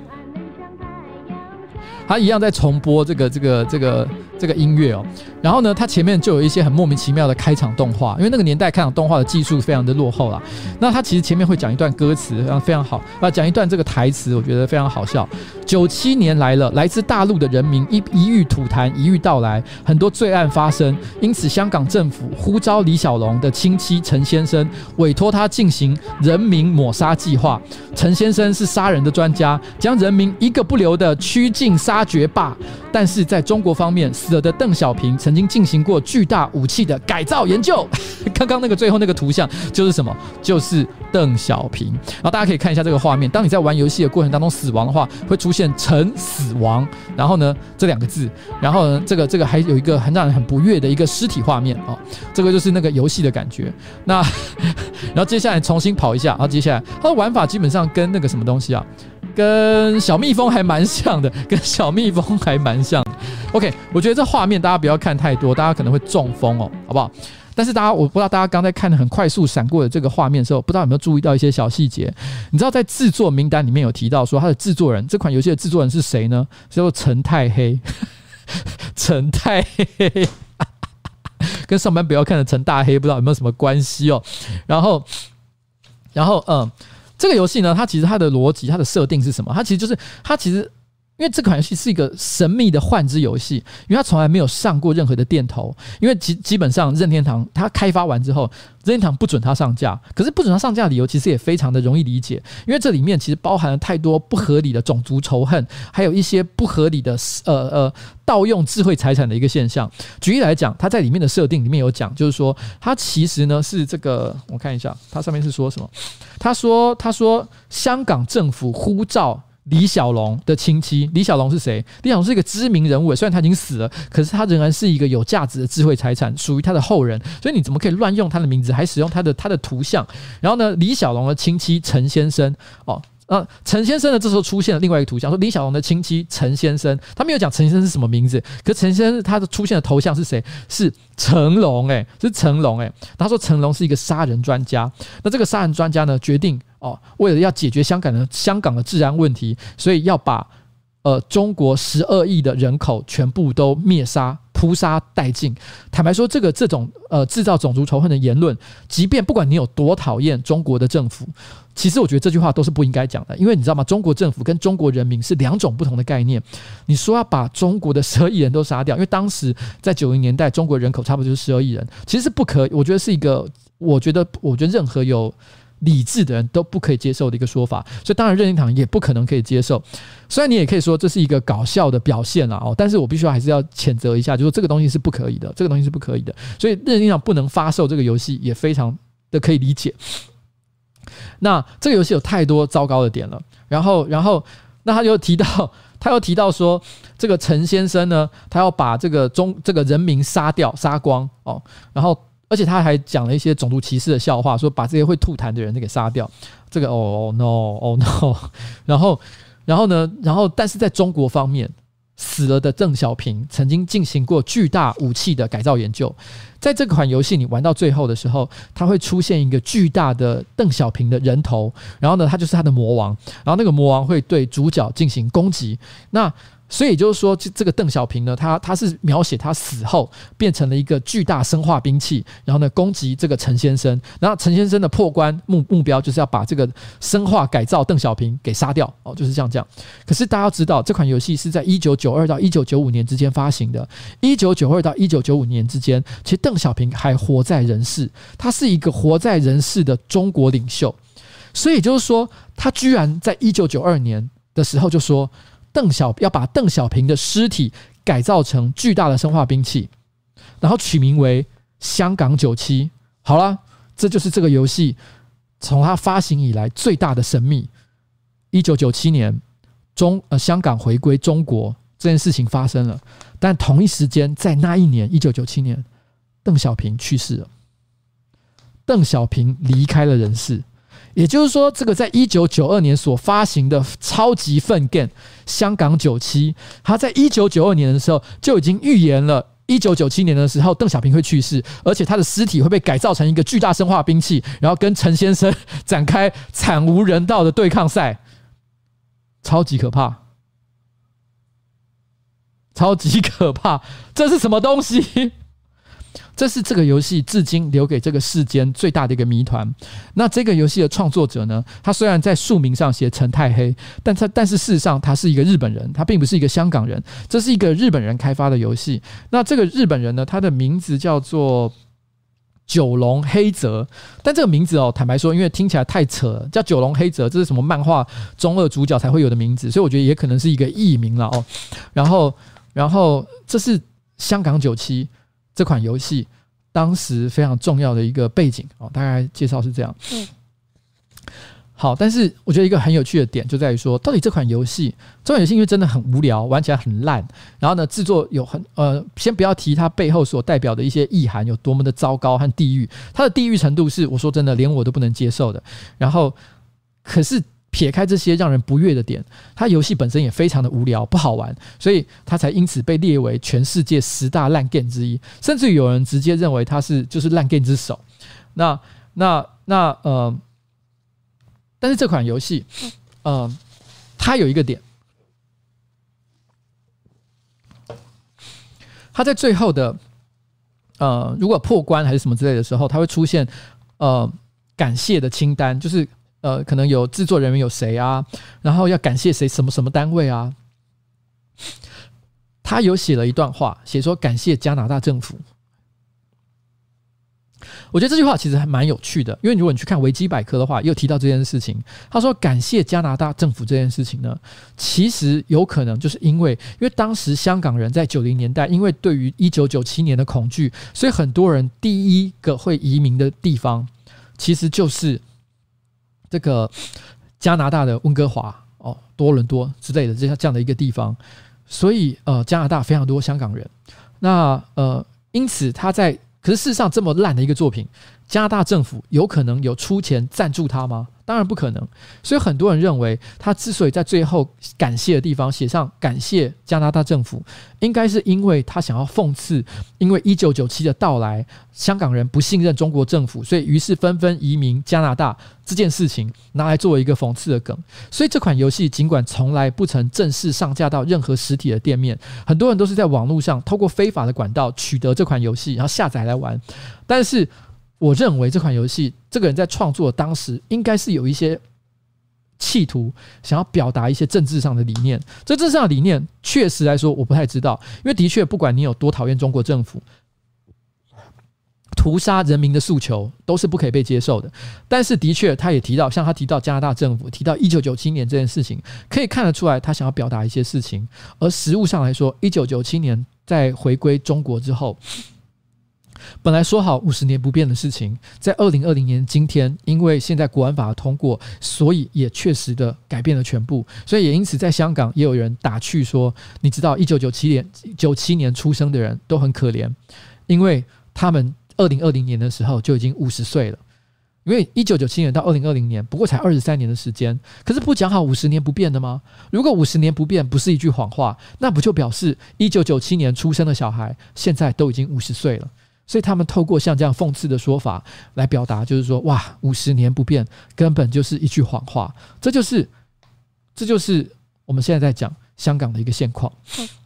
他一样在重播这个这个这个这个音乐哦。然后呢，它前面就有一些很莫名其妙的开场动画，因为那个年代开场动画的技术非常的落后啦。那它其实前面会讲一段歌词，非常好，啊，讲一段这个台词，我觉得非常好笑。九七年来了，来自大陆的人民一一遇吐痰，一遇到来，很多罪案发生，因此香港政府呼召李小龙的亲戚陈先生，委托他进行人民抹杀计划。陈先生是杀人的专家，将人民一个不留的驱尽杀绝罢。但是在中国方面，死了的邓小平曾经进行过巨大武器的改造研究。刚刚那个最后那个图像就是什么？就是邓小平。然后大家可以看一下这个画面，当你在玩游戏的过程当中死亡的话，会出现陈死亡，然后呢这两个字，然后呢这个这个还有一个很让人很不悦的一个尸体画面哦，这个就是那个游戏的感觉。那然后接下来重新跑一下，然后接下来它的玩法基本上跟那个什么东西啊？跟小蜜蜂还蛮像的，跟小蜜蜂还蛮像的。OK， 我觉得这画面大家不要看太多，大家可能会中风哦，好不好？但是大家，我不知道大家刚才看的很快速闪过的这个画面的时候，不知道有没有注意到一些小细节？你知道在制作名单里面有提到说，它的制作人，这款游戏的制作人是谁呢？叫做陈太黑，陈太黑。跟上班不要看的陈大黑不知道有没有什么关系哦。然后，然后，嗯。这个游戏呢，它其实它的逻辑、它的设定是什么？它其实就是它其实，因为这款游戏是一个神秘的幻之游戏，因为它从来没有上过任何的店头。因为基基本上任天堂它开发完之后，任天堂不准它上架。可是不准它上架的理由其实也非常的容易理解，因为这里面其实包含了太多不合理的种族仇恨，还有一些不合理的呃呃盗用智慧财产的一个现象。举例来讲，它在里面的设定里面有讲，就是说它其实呢是这个，我看一下，它上面是说什么？他说：“他说香港政府呼召李小龙的亲戚，李小龙是谁？李小龙是一个知名人物，虽然他已经死了，可是他仍然是一个有价值的智慧财产，属于他的后人。所以你怎么可以乱用他的名字，还使用他的他的图像？然后呢，李小龙的亲戚陈先生，哦。”呃，陈先生呢，这时候出现了另外一个图像，说李小龙的亲戚陈先生，他没有讲陈先生是什么名字，可是陈先生他的出现的头像是谁？是成龙，哎，是成龙，哎，他说成龙是一个杀人专家，那这个杀人专家呢，决定哦，为了要解决香港的香港的治安问题，所以要把呃中国十二亿的人口全部都灭杀。扑杀殆尽。坦白说，这个这种呃制造种族仇恨的言论，即便不管你有多讨厌中国的政府，其实我觉得这句话都是不应该讲的，因为你知道吗？中国政府跟中国人民是两种不同的概念。你说要把中国的十二亿人都杀掉，因为当时在九零年代，中国人口差不多就是十二亿人，其实是不可以，我觉得是一个，我觉得，我觉得任何有理智的人都不可以接受的一个说法，所以当然任天堂也不可能可以接受。虽然你也可以说这是一个搞笑的表现啦，但是我必须还是要谴责一下，就是说这个东西是不可以的，这个东西是不可以的，所以任天堂不能发售这个游戏也非常的可以理解。那这个游戏有太多糟糕的点了，然后，然后，那他又提到，他又提到说，这个陈先生呢，他要把这个中这个人民杀掉、杀光哦，然后。而且他还讲了一些种族歧视的笑话，说把这些会吐痰的人给杀掉。这个哦、oh, no 哦、oh, no， 然后然后呢，然后但是在中国方面，死了的邓小平曾经进行过巨大武器的改造研究。在这款游戏你玩到最后的时候，它会出现一个巨大的邓小平的人头，然后呢，它就是他的魔王，然后那个魔王会对主角进行攻击。那所以也就是说，这个邓小平呢，他他是描写他死后变成了一个巨大生化兵器，然后呢攻击这个陈先生，然后陈先生的破关目目标就是要把这个生化改造邓小平给杀掉哦，就是这样讲。可是大家要知道，这款游戏是在一九九二到一九九五年之间发行的，一九九二到一九九五年之间，其实邓小平还活在人世，他是一个活在人世的中国领袖，所以也就是说，他居然在一九九二年的时候就说。邓小要把邓小平的尸体改造成巨大的生化兵器，然后取名为香港九七。好了，这就是这个游戏从它发行以来最大的神秘。一九九七年中呃香港回归中国这件事情发生了，但同一时间在那一年一九九七年，邓小平去世了，邓小平离开了人世。也就是说，这个在一九九二年所发行的超级粪 game 香港九七，他在一九九二年的时候就已经预言了一九九七年的时候邓小平会去世，而且他的尸体会被改造成一个巨大生化兵器，然后跟陈先生展开惨无人道的对抗赛，超级可怕，超级可怕，这是什么东西？这是这个游戏至今留给这个世间最大的一个谜团。那这个游戏的创作者呢，他虽然在署名上写陈太黑，但他但是事实上他是一个日本人，他并不是一个香港人，这是一个日本人开发的游戏。那这个日本人呢，他的名字叫做九龙黑泽，但这个名字哦，坦白说，因为听起来太扯了，叫九龙黑泽，这是什么漫画中二主角才会有的名字，所以我觉得也可能是一个艺名了哦。然后，然后这是香港九七。这款游戏当时非常重要的一个背景哦，大概介绍是这样。嗯，好，但是我觉得一个很有趣的点就在于说，到底这款游戏，这款游戏因为真的很无聊，玩起来很烂，然后呢，制作有很呃，先不要提它背后所代表的一些意涵有多么的糟糕和地狱，它的地狱程度是我说真的连我都不能接受的。然后，可是。撇开这些让人不悦的点，它游戏本身也非常的无聊不好玩，所以它才因此被列为全世界十大烂 game 之一，甚至有人直接认为它是就是烂 game 之首。那那那呃，但是这款游戏，呃，它有一个点，它在最后的呃，如果破关还是什么之类的时候，它会出现呃感谢的清单，就是。呃，可能有制作人员有谁啊，然后要感谢谁什么什么单位啊。他有写了一段话，写说感谢加拿大政府。我觉得这句话其实还蛮有趣的，因为如果你去看维基百科的话，也有提到这件事情。他说感谢加拿大政府这件事情呢，其实有可能就是因为，因为当时香港人在九零年代，因为对于一九九七年的恐惧，所以很多人第一个会移民的地方，其实就是。这个加拿大的温哥华、哦、多伦多之类的这样的一个地方，所以呃，加拿大非常多香港人。那呃，因此他在，可是事实上这么烂的一个作品，加拿大政府有可能有出钱赞助他吗？当然不可能。所以很多人认为，他之所以在最后感谢的地方写上感谢加拿大政府，应该是因为他想要讽刺，因为一九九七的到来，香港人不信任中国政府，所以于是纷纷移民加拿大这件事情拿来作为一个讽刺的梗。所以这款游戏尽管从来不曾正式上架到任何实体的店面，很多人都是在网络上透过非法的管道取得这款游戏，然后下载来玩。但是我认为这款游戏，这个人在创作当时应该是有一些企图，想要表达一些政治上的理念。这政治上的理念，确实来说我不太知道，因为的确不管你有多讨厌中国政府，屠杀人民的诉求都是不可以被接受的。但是的确，他也提到，像他提到加拿大政府，提到一九九七年这件事情，可以看得出来他想要表达一些事情。而实务上来说，一九九七年在回归中国之后。本来说好五十年不变的事情，在二零二零年今天，因为现在国安法的通过，所以也确实的改变了全部。所以也因此，在香港也有人打趣说：“你知道，一九九七年九七年出生的人都很可怜，因为他们二零二零年的时候就已经五十岁了。因为一九九七年到二零二零年，不过才二十三年的时间，可是不讲好五十年不变的吗？如果五十年不变不是一句谎话，那不就表示一九九七年出生的小孩现在都已经五十岁了？”所以他们透过像这样讽刺的说法来表达，就是说，哇，五十年不变根本就是一句谎话。这就是，这就是我们现在在讲香港的一个现况。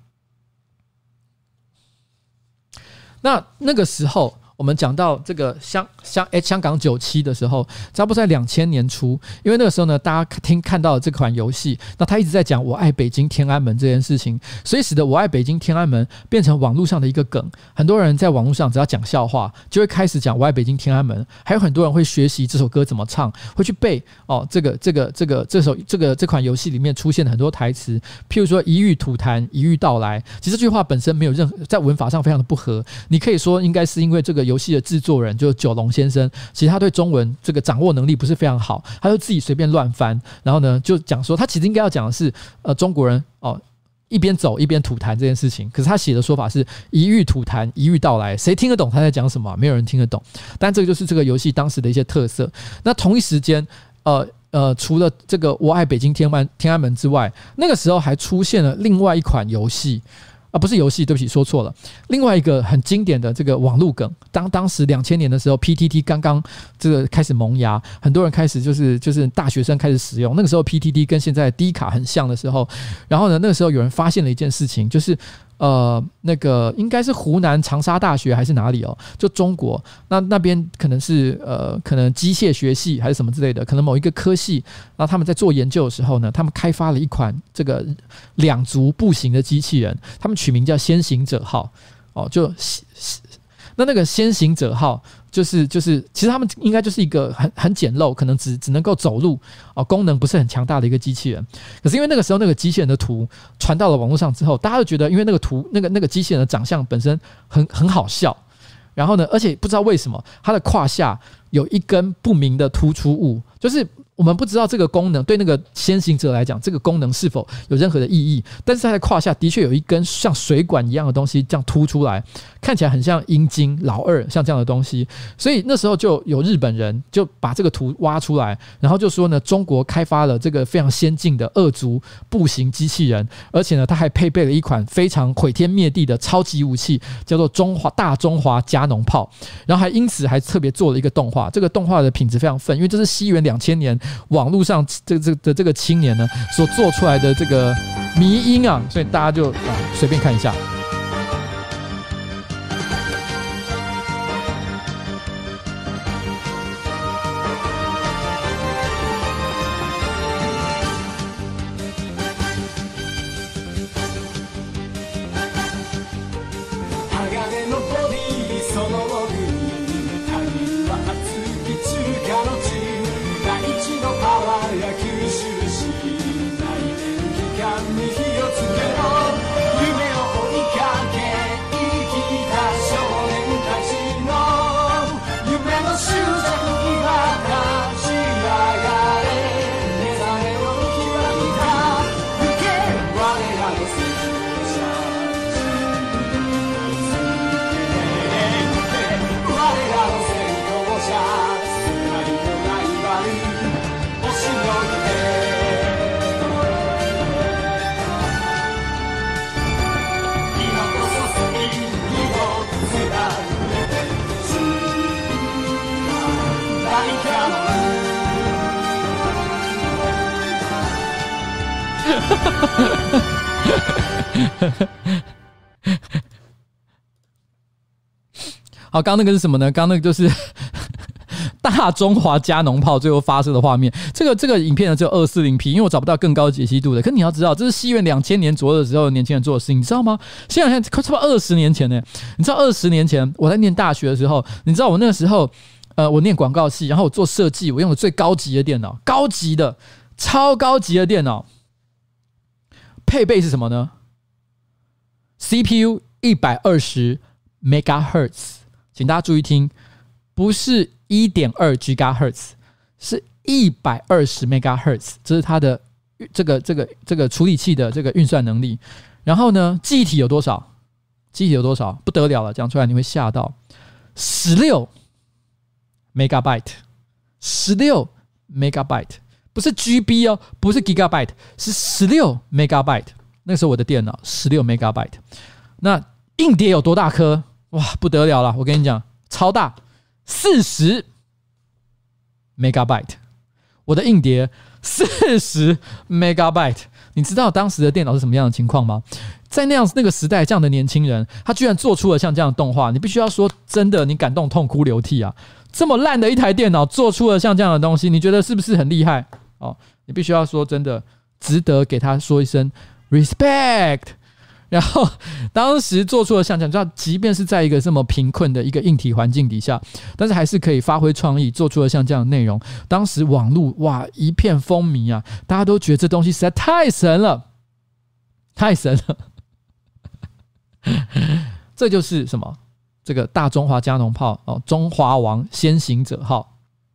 那那个时候我们讲到这个香香诶香港九七的时候，差不多在两千年初，因为那个时候呢，大家听看到了这款游戏，那他一直在讲我爱北京天安门这件事情，所以使得我爱北京天安门变成网络上的一个梗。很多人在网络上只要讲笑话，就会开始讲我爱北京天安门，还有很多人会学习这首歌怎么唱，会去背哦这个这个这个这首这个这款游戏里面出现的很多台词，譬如说一遇吐痰，一遇到来。其实这句话本身没有任何在文法上非常的不合，你可以说应该是因为这个游戏的制作人就是九龙先生，其实他对中文这个掌握能力不是非常好，他就自己随便乱翻，然后呢就讲说他其实应该要讲的是呃中国人哦一边走一边吐痰这件事情，可是他写的说法是一遇吐痰一遇到来，谁听得懂他在讲什么、啊？没有人听得懂。但这个就是这个游戏当时的一些特色。那同一时间，呃呃，除了这个我爱北京天安门天安门之外，那个时候还出现了另外一款游戏。啊，不是游戏，对不起，说错了。另外一个很经典的这个网络梗，当当时两千年的时候 ，P T T 刚刚这个开始萌芽，很多人开始就是就是大学生开始使用。那个时候 P T T 跟现在的 D 卡很像的时候，然后呢，那个时候有人发现了一件事情，就是呃，那个应该是湖南长沙大学还是哪里哦，就中国那那边可能是呃，可能机械学系还是什么之类的，可能某一个科系，然后他们在做研究的时候呢，他们开发了一款这个两足步行的机器人，他们取名叫先行者号哦，就那那个先行者号就是就是，其实他们应该就是一个很很简陋，可能只只能够走路哦，功能不是很强大的一个机器人。可是因为那个时候那个机器人的图传到了网络上之后，大家就觉得，因为那个图那个那个机器人的长相本身很很好笑，然后呢，而且不知道为什么它的胯下有一根不明的突出物，就是我们不知道这个功能对那个先行者来讲，这个功能是否有任何的意义，但是它的胯下的确有一根像水管一样的东西这样凸出来，看起来很像阴茎老二像这样的东西，所以那时候就有日本人就把这个图挖出来，然后就说呢，中国开发了这个非常先进的二足步行机器人，而且呢，它还配备了一款非常毁天灭地的超级武器，叫做中华大中华加农炮，然后还因此还特别做了一个动画，这个动画的品质非常愤，因为这是西元两千年网络上这这的这个青年呢所做出来的这个迷因啊，所以大家就啊随便看一下。好，刚刚那个是什么呢？刚刚那个就是大中华加农炮最后发射的画面。这个这个影片呢只有二四零 P， 因为我找不到更高解析度的。可是你要知道，这是西元两千年左右的时候的年轻人做的事情，你知道吗？现在差不多二十年前呢。你知道二十年前我在念大学的时候，你知道我那个时候呃，我念广告系，然后我做设计，我用的最高级的电脑，高级的超高级的电脑，配备是什么呢？ C P U 一百二十 megahertz， 请大家注意听，不是 一点二 gigahertz， 是一百二十 megahertz， 这是它的这个这个这个处理器的这个运算能力。然后呢，记忆体有多少？记忆体有多少？不得了了，讲出来你会吓到，十六 megabyte， 十六 megabyte， 不是 G B 哦，不是 gigabyte， 是十六 megabyte。那时候我的电脑十六 megabyte， 那硬碟有多大颗？哇，不得了了！我跟你讲，超大，四十 megabyte。 我的硬碟四十 megabyte， 你知道当时的电脑是什么样的情况吗？在那样那个时代，这样的年轻人，他居然做出了像这样的动画，你必须要说真的，你感动痛哭流涕啊！这么烂的一台电脑做出了像这样的东西，你觉得是不是很厉害？哦，你必须要说真的，值得给他说一声 respect。然后当时做出了像这样，知道，即便是在一个这么贫困的一个硬体环境底下，但是还是可以发挥创意，做出了像这样的内容。当时网络哇一片风靡啊，大家都觉得这东西实在太神了，太神了。这就是什么？这个大中华加农炮哦，中华王先行者号。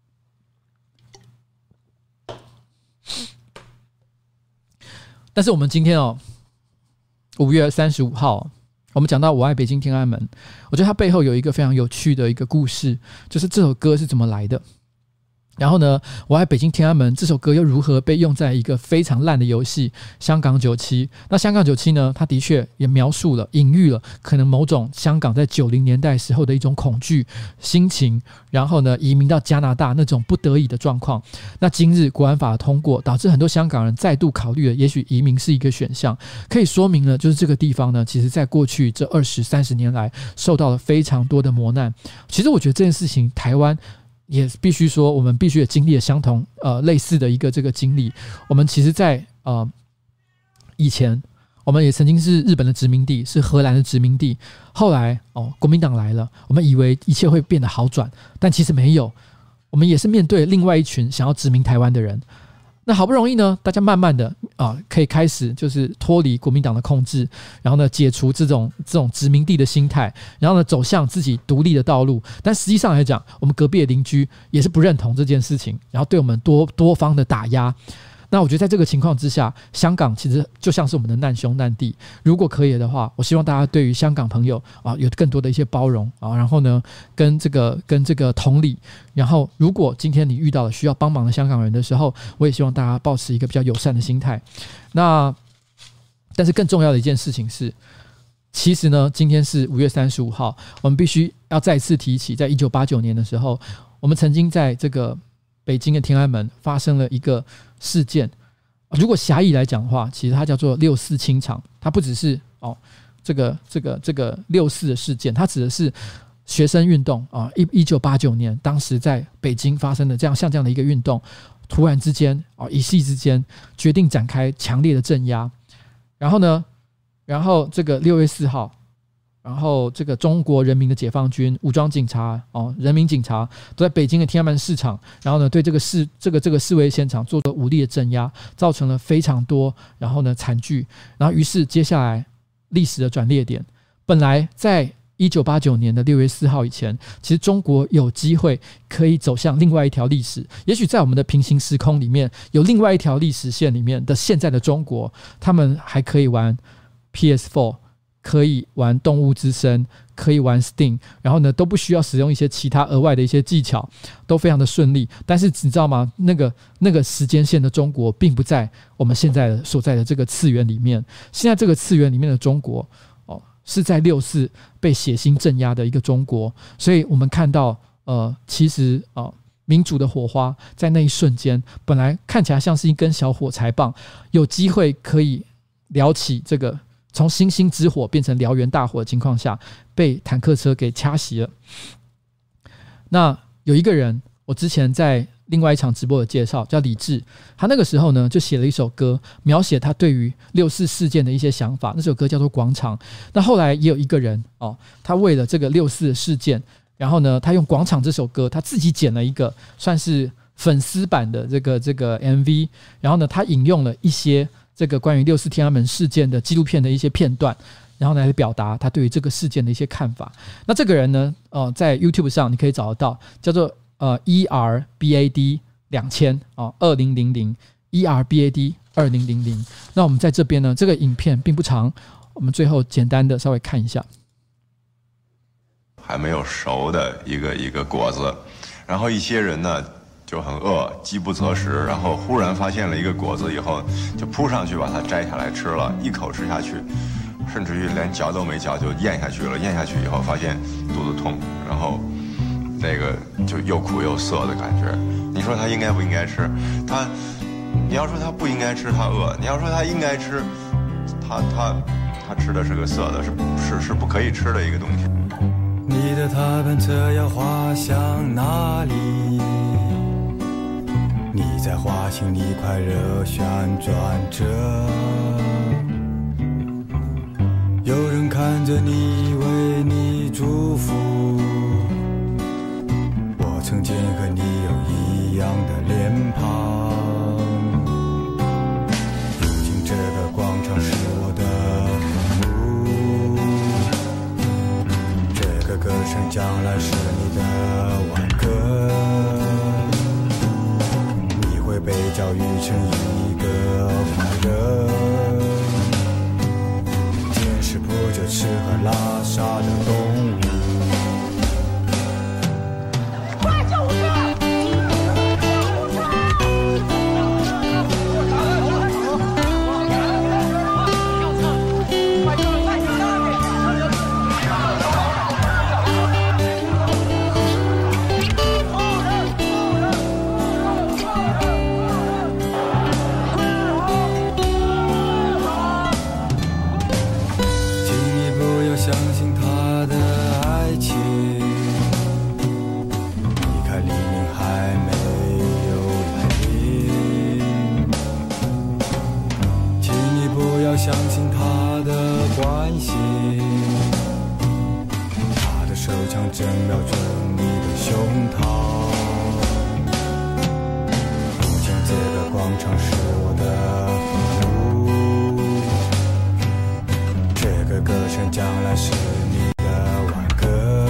但是我们今天哦，五月三十五号，我们讲到我爱北京天安门，我觉得它背后有一个非常有趣的一个故事，就是这首歌是怎么来的。然后呢，我爱北京天安门这首歌又如何被用在一个非常烂的游戏香港九七。那香港九七呢，它的确也描述了隐喻了可能某种香港在九零年代时候的一种恐惧心情，然后呢移民到加拿大那种不得已的状况。那今日国安法的通过，导致很多香港人再度考虑了也许移民是一个选项，可以说明了就是这个地方呢，其实在过去这二十三十年来受到了非常多的磨难。其实我觉得这件事情台湾也必须说，我们必须也经历了相同呃类似的一个这个经历。我们其实在呃以前，我们也曾经是日本的殖民地，是荷兰的殖民地。后来哦，国民党来了，我们以为一切会变得好转，但其实没有。我们也是面对另外一群想要殖民台湾的人。那好不容易呢，大家慢慢的啊，可以开始就是脱离国民党的控制，然后呢，解除这种这种殖民地的心态，然后呢，走向自己独立的道路。但实际上来讲，我们隔壁的邻居也是不认同这件事情，然后对我们多多方的打压。那我觉得在这个情况之下，香港其实就像是我们的难兄难弟。如果可以的话，我希望大家对于香港朋友啊有更多的一些包容啊，然后呢跟这个跟这个同理。然后如果今天你遇到了需要帮忙的香港人的时候，我也希望大家保持一个比较友善的心态。那但是更重要的一件事情是，其实呢，今天是五月三十五号，我们必须要再次提起，在一九八九年的时候，我们曾经在这个北京的天安门发生了一个事件。如果狭义来讲的话，其实它叫做六四清场，它不只是哦这个这个这个六四的事件，它指的是学生运动啊。一九八九年，当时在北京发生的这样像这样的一个运动，突然之间啊一夕之间决定展开强烈的镇压。然后呢，然后这个六月四号。然后，这个中国人民的解放军、武装警察、哦，人民警察都在北京的天安门市场，然后呢，对这个示这个这个示威现场做了武力的镇压，造成了非常多，然后呢惨剧。然后，于是接下来历史的转捩点，本来在一九八九年的六月四号以前，其实中国有机会可以走向另外一条历史。也许在我们的平行时空里面，有另外一条历史线里面的现在的中国，他们还可以玩 P S 四。可以玩动物之声，可以玩 Steam， 然后呢都不需要使用一些其他额外的一些技巧，都非常的顺利。但是你知道吗？那个那个时间线的中国并不在我们现在所在的这个次元里面。现在这个次元里面的中国，哦，是在六四被血腥镇压的一个中国。所以我们看到，呃，其实啊、呃，民主的火花在那一瞬间，本来看起来像是一根小火柴棒，有机会可以撩起这个。从星星之火变成燎原大火的情况下，被坦克车给掐熄了。那有一个人，我之前在另外一场直播的介绍，叫李志，他那个时候呢就写了一首歌，描写他对于六四事件的一些想法。那首歌叫做《广场》。那后来也有一个人哦，他为了这个六四的事件，然后呢，他用《广场》这首歌，他自己剪了一个算是粉丝版的这个这个 M V， 然后呢，他引用了一些。这个关于六四天安门事件的纪录片的一些片段，然后来表达他对于这个事件的一些看法。那这个人呢，呃，在 YouTube 上你可以找得到，叫做呃 E R B A D 两千啊二零零零 E R B A D 二零零零。那我们在这边呢，这个影片并不长，我们最后简单的稍微看一下。 还没有熟的一个一个果子，然后一些人呢。就很饿，饥不择食，然后忽然发现了一个果子以后，就扑上去把它摘下来吃了，一口吃下去，甚至于连嚼都没嚼就咽下去了。咽下去以后发现肚子痛，然后这个就又苦又涩的感觉。你说他应该不应该吃？他，你要说他不应该吃，他饿；你要说他应该吃，他他他吃的是个涩的，是是是不可以吃的一个东西。 你的踏板车要滑向哪里？你在滑行一块热旋转着，有人看着你为你祝福。我曾经和你有一样的脸庞，如今这个广场是我的坟墓，这个歌声将来是你的挽歌，你会被教育成一个坏人，见识不就吃喝拉撒的动物。相信他的关系，他的手枪正瞄准你的胸膛。如今这个广场是我的坟墓，这个歌声将来是你的挽歌，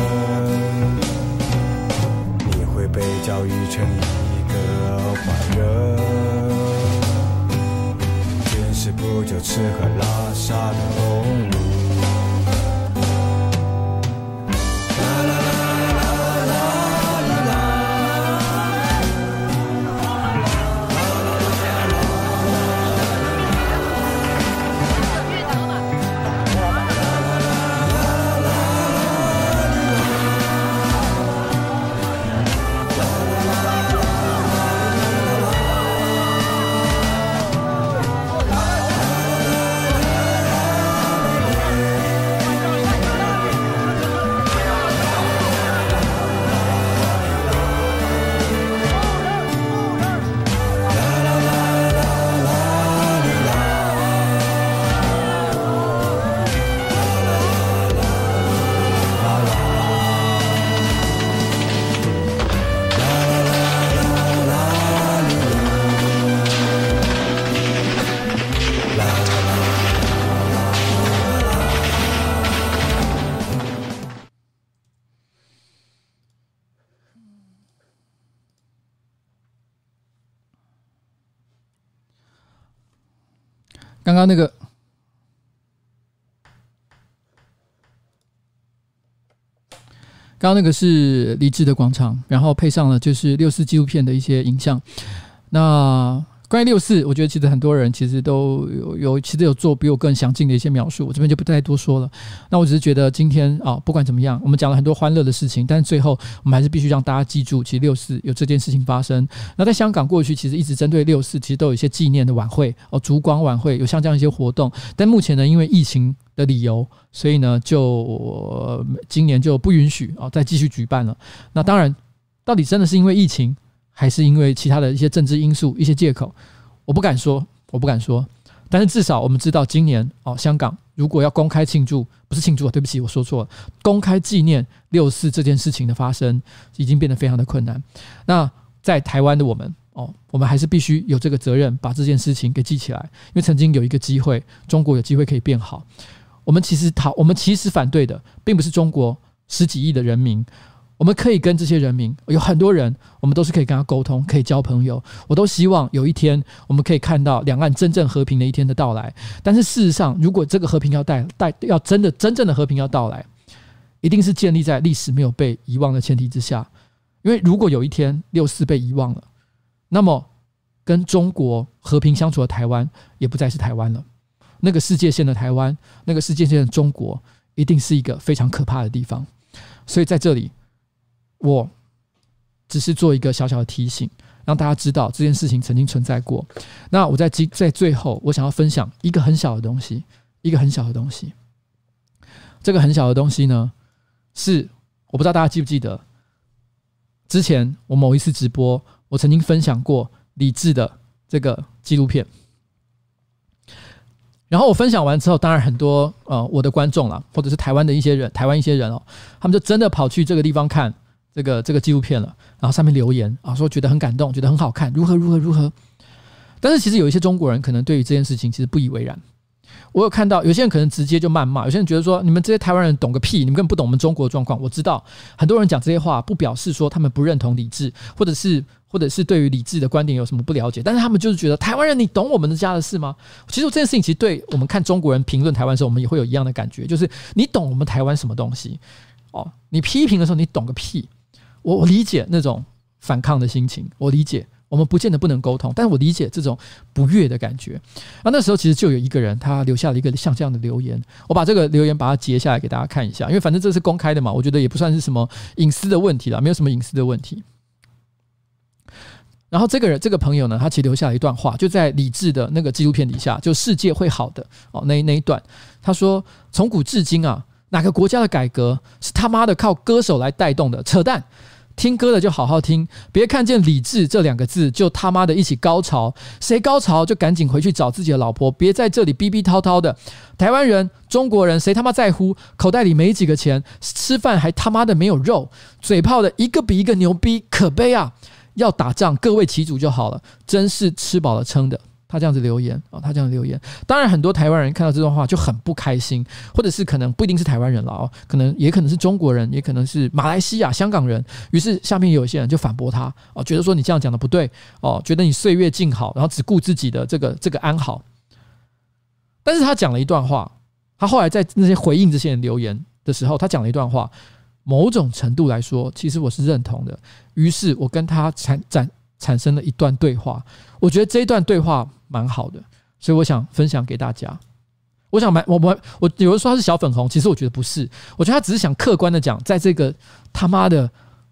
你会被教育成一个坏人，是不就吃喝拉撒的动物。 刚刚那个刚刚那个是离智的广场，然后配上了就是六四纪录片的一些影像。那关于六四，我觉得其实很多人其实都有有其实有做比我更详尽的一些描述，我这边就不再多说了。那我只是觉得今天啊，不管怎么样，我们讲了很多欢乐的事情，但是最后我们还是必须让大家记住，其实六四有这件事情发生。那在香港过去其实一直针对六四，其实都有一些纪念的晚会哦，烛光晚会有像这样一些活动，但目前呢，因为疫情的理由，所以呢，就、呃、今年就不允许哦再继续举办了。那当然，到底真的是因为疫情，还是因为其他的一些政治因素、一些借口，我不敢说，我不敢说。但是至少我们知道，今年哦，香港如果要公开庆祝，不是庆祝啊，对不起，我说错了，公开纪念六四这件事情的发生，已经变得非常的困难。那在台湾的我们哦，我们还是必须有这个责任，把这件事情给记起来，因为曾经有一个机会，中国有机会可以变好。我们其实讨，我们其实反对的，并不是中国十几亿的人民。我们可以跟这些人民，有很多人，我们都是可以跟他沟通，可以交朋友。我都希望有一天，我们可以看到两岸真正和平的一天的到来。但是事实上，如果这个和平要带带，要真的真正的和平要到来，一定是建立在历史没有被遗忘的前提之下。因为如果有一天六四被遗忘了，那么跟中国和平相处的台湾也不再是台湾了。那个世界线的台湾，那个世界线的中国，一定是一个非常可怕的地方。所以在这里，我只是做一个小小的提醒，让大家知道这件事情曾经存在过。那我在在最后，我想要分享一个很小的东西，一个很小的东西。这个很小的东西呢，是我不知道大家记不记得，之前我某一次直播，我曾经分享过李志的这个纪录片。然后我分享完之后，当然很多呃我的观众啦，或者是台湾的一些人，台湾一些人哦，他们就真的跑去这个地方看这个这个纪录片了，然后上面留言啊，说觉得很感动，觉得很好看，如何如何如何。但是其实有一些中国人可能对于这件事情其实不以为然。我有看到有些人可能直接就谩骂，有些人觉得说你们这些台湾人懂个屁，你们根本不懂我们中国的状况。我知道很多人讲这些话，不表示说他们不认同李志，或者是或者是对于李志的观点有什么不了解，但是他们就是觉得台湾人你懂我们的家的事吗？其实这件事情其实对我们看中国人评论台湾的时候，我们也会有一样的感觉，就是你懂我们台湾什么东西哦？你批评的时候你懂个屁！我我理解那种反抗的心情，我理解。我们不见得不能沟通，但是我理解这种不悦的感觉。啊，那时候其实就有一个人，他留下了一个像这样的留言，我把这个留言把它截下来给大家看一下，因为反正这是公开的嘛，我觉得也不算是什么隐私的问题啦，没有什么隐私的问题。然后这个人这个朋友呢，他其实留下了一段话，就在李志的那个纪录片底下，就世界会好的哦那那一段，他说从古至今啊，哪个国家的改革是他妈的靠歌手来带动的？扯淡！听歌的就好好听，别看见理智这两个字就他妈的一起高潮，谁高潮就赶紧回去找自己的老婆，别在这里逼逼叨叨的。台湾人、中国人谁他妈在乎？口袋里没几个钱，吃饭还他妈的没有肉，嘴炮的一个比一个牛逼，可悲啊！要打仗各为其主就好了，真是吃饱了撑的。他这样子留言、哦、他这样留言，当然很多台湾人看到这段话就很不开心，或者是可能不一定是台湾人了、哦、可能也可能是中国人，也可能是马来西亚、香港人。于是下面有些人就反驳他、哦、觉得说你这样讲的不对、哦、觉得你岁月静好，然后只顾自己的这个这个安好。但是他讲了一段话，他后来在那些回应这些人留言的时候，他讲了一段话，某种程度来说，其实我是认同的。于是我跟他产产产生了一段对话，我觉得这一段对话蛮好的，所以我想分享给大家。我想我我我有人说他是小粉红，其实我觉得不是，我觉得他只是想客观的讲，在这个他妈的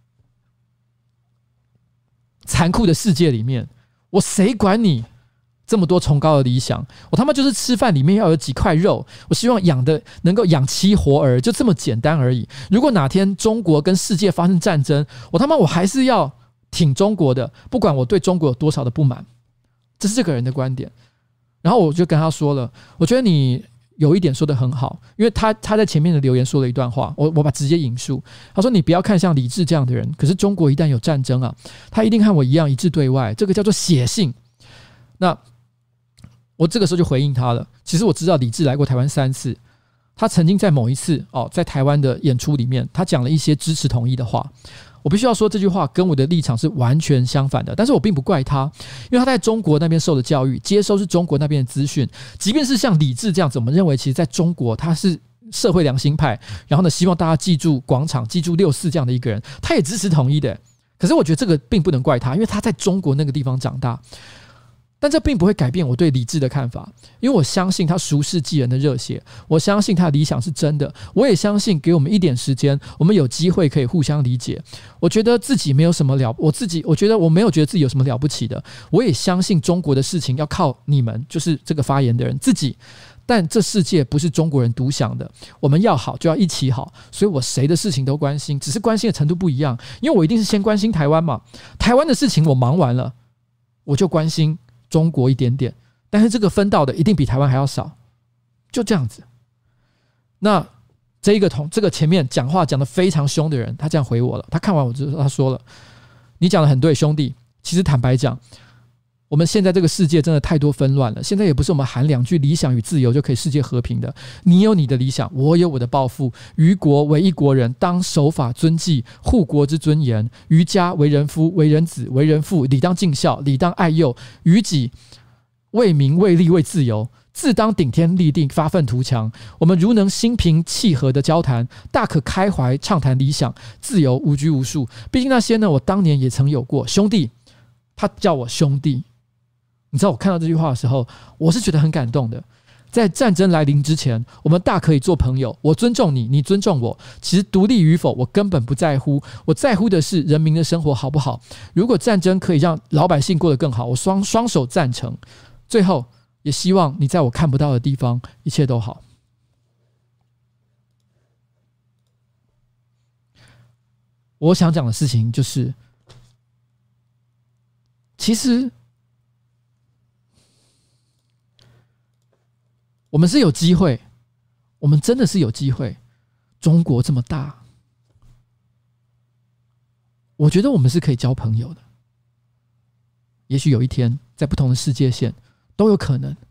残酷的世界里面，我谁管你这么多崇高的理想？我他妈就是吃饭里面要有几块肉，我希望养的能够养妻活儿，就这么简单而已。如果哪天中国跟世界发生战争，我他妈我还是要挺中国的，不管我对中国有多少的不满。这是这个人的观点。然后我就跟他说了，我觉得你有一点说得很好，因为他他在前面的留言说了一段话，我我把直接引述。他说：“你不要看像李志这样的人，可是中国一旦有战争啊，他一定和我一样一致对外，这个叫做血性。”那我这个时候就回应他了。其实我知道李志来过台湾三次，他曾经在某一次哦，在台湾的演出里面，他讲了一些支持统一的话。我必须要说这句话跟我的立场是完全相反的，但是我并不怪他，因为他在中国那边受的教育，接收是中国那边的资讯。即便是像李志这样子，我们认为其实在中国他是社会良心派，然后呢，希望大家记住广场、记住六四这样的一个人，他也支持统一的。可是我觉得这个并不能怪他，因为他在中国那个地方长大。但这并不会改变我对李志的看法，因为我相信他熟识继人的热血，我相信他的理想是真的，我也相信给我们一点时间，我们有机会可以互相理解。我觉得自己没有什么了，我自己我觉得我没有觉得自己有什么了不起的，我也相信中国的事情要靠你们，就是这个发言的人自己。但这世界不是中国人独享的，我们要好就要一起好，所以我谁的事情都关心，只是关心的程度不一样。因为我一定是先关心台湾嘛，台湾的事情我忙完了，我就关心中国一点点，但是这个分到的一定比台湾还要少，就这样子。那这一个同这个前面讲话讲得非常凶的人，他这样回我了。他看完我之后，他说了：“你讲得很对，兄弟。其实坦白讲，我们现在这个世界真的太多纷乱了。现在也不是我们喊两句理想与自由就可以世界和平的。你有你的理想，我有我的抱负。于国为一国人，当守法遵纪，护国之尊严。于家为人夫，为人子，为人父，理当尽孝，理当爱幼。于己为民为利为自由，自当顶天立地，发愤图强。我们如能心平气和的交谈，大可开怀畅谈理想，自由无拘无束。毕竟那些呢，我当年也曾有过。兄弟，他叫我兄弟。你知道我看到这句话的时候，我是觉得很感动的。 在战争来临之前，我们大可以做朋友，我尊重你，你尊重我。其实独立与否，我根本不在乎，我在乎的是人民的生活好不好。如果战争可以让老百姓过得更好，我双双手赞成。最后，也希望你在我看不到的地方，一切都好。我想讲的事情就是，其实我们是有机会，我们真的是有机会。中国这么大，我觉得我们是可以交朋友的。也许有一天，在不同的世界线都有可能。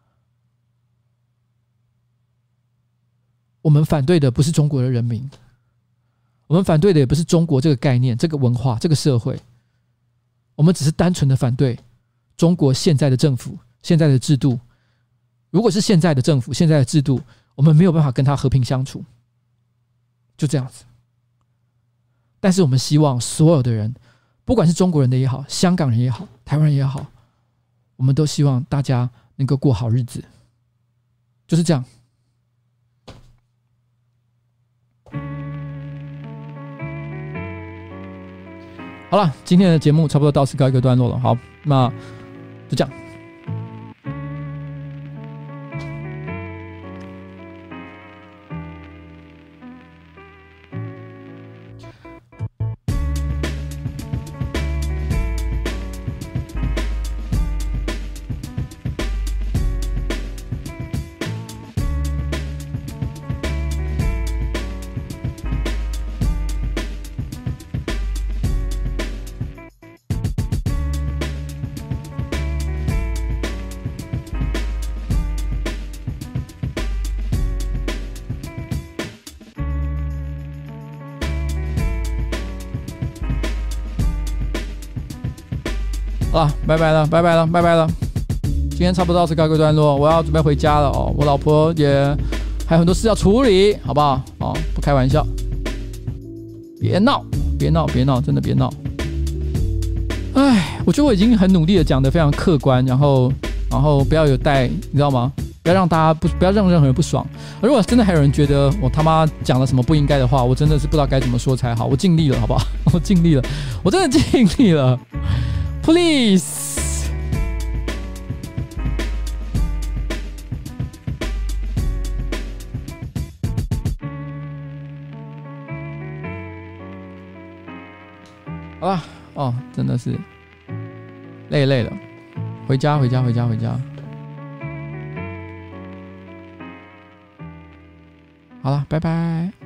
我们反对的不是中国的人民，我们反对的也不是中国这个概念、这个文化、这个社会，我们只是单纯的反对中国现在的政府、现在的制度。如果是现在的政府、现在的制度，我们没有办法跟他和平相处，就这样子。但是我们希望所有的人，不管是中国人的也好，香港人也好，台湾人也好，我们都希望大家能够过好日子，就是这样。好了，今天的节目差不多到此告一个段落了。好，那就这样。好了，拜拜了，拜拜了，拜拜了。今天差不多到此告一个段落，我要准备回家了哦。我老婆也还有很多事要处理，好不好？哦，不开玩笑，别闹，别闹，别闹，真的别闹。哎，我觉得我已经很努力的讲得非常客观，然后，然后不要有带，你知道吗？不要让大家不，不要让任何人不爽。如果真的还有人觉得我他妈讲了什么不应该的话，我真的是不知道该怎么说才好。我尽力了，好不好？我尽力了，我真的尽力了。Please， 好了，哦，真的是累累了，回家，回家，回家，回家。好了，拜拜。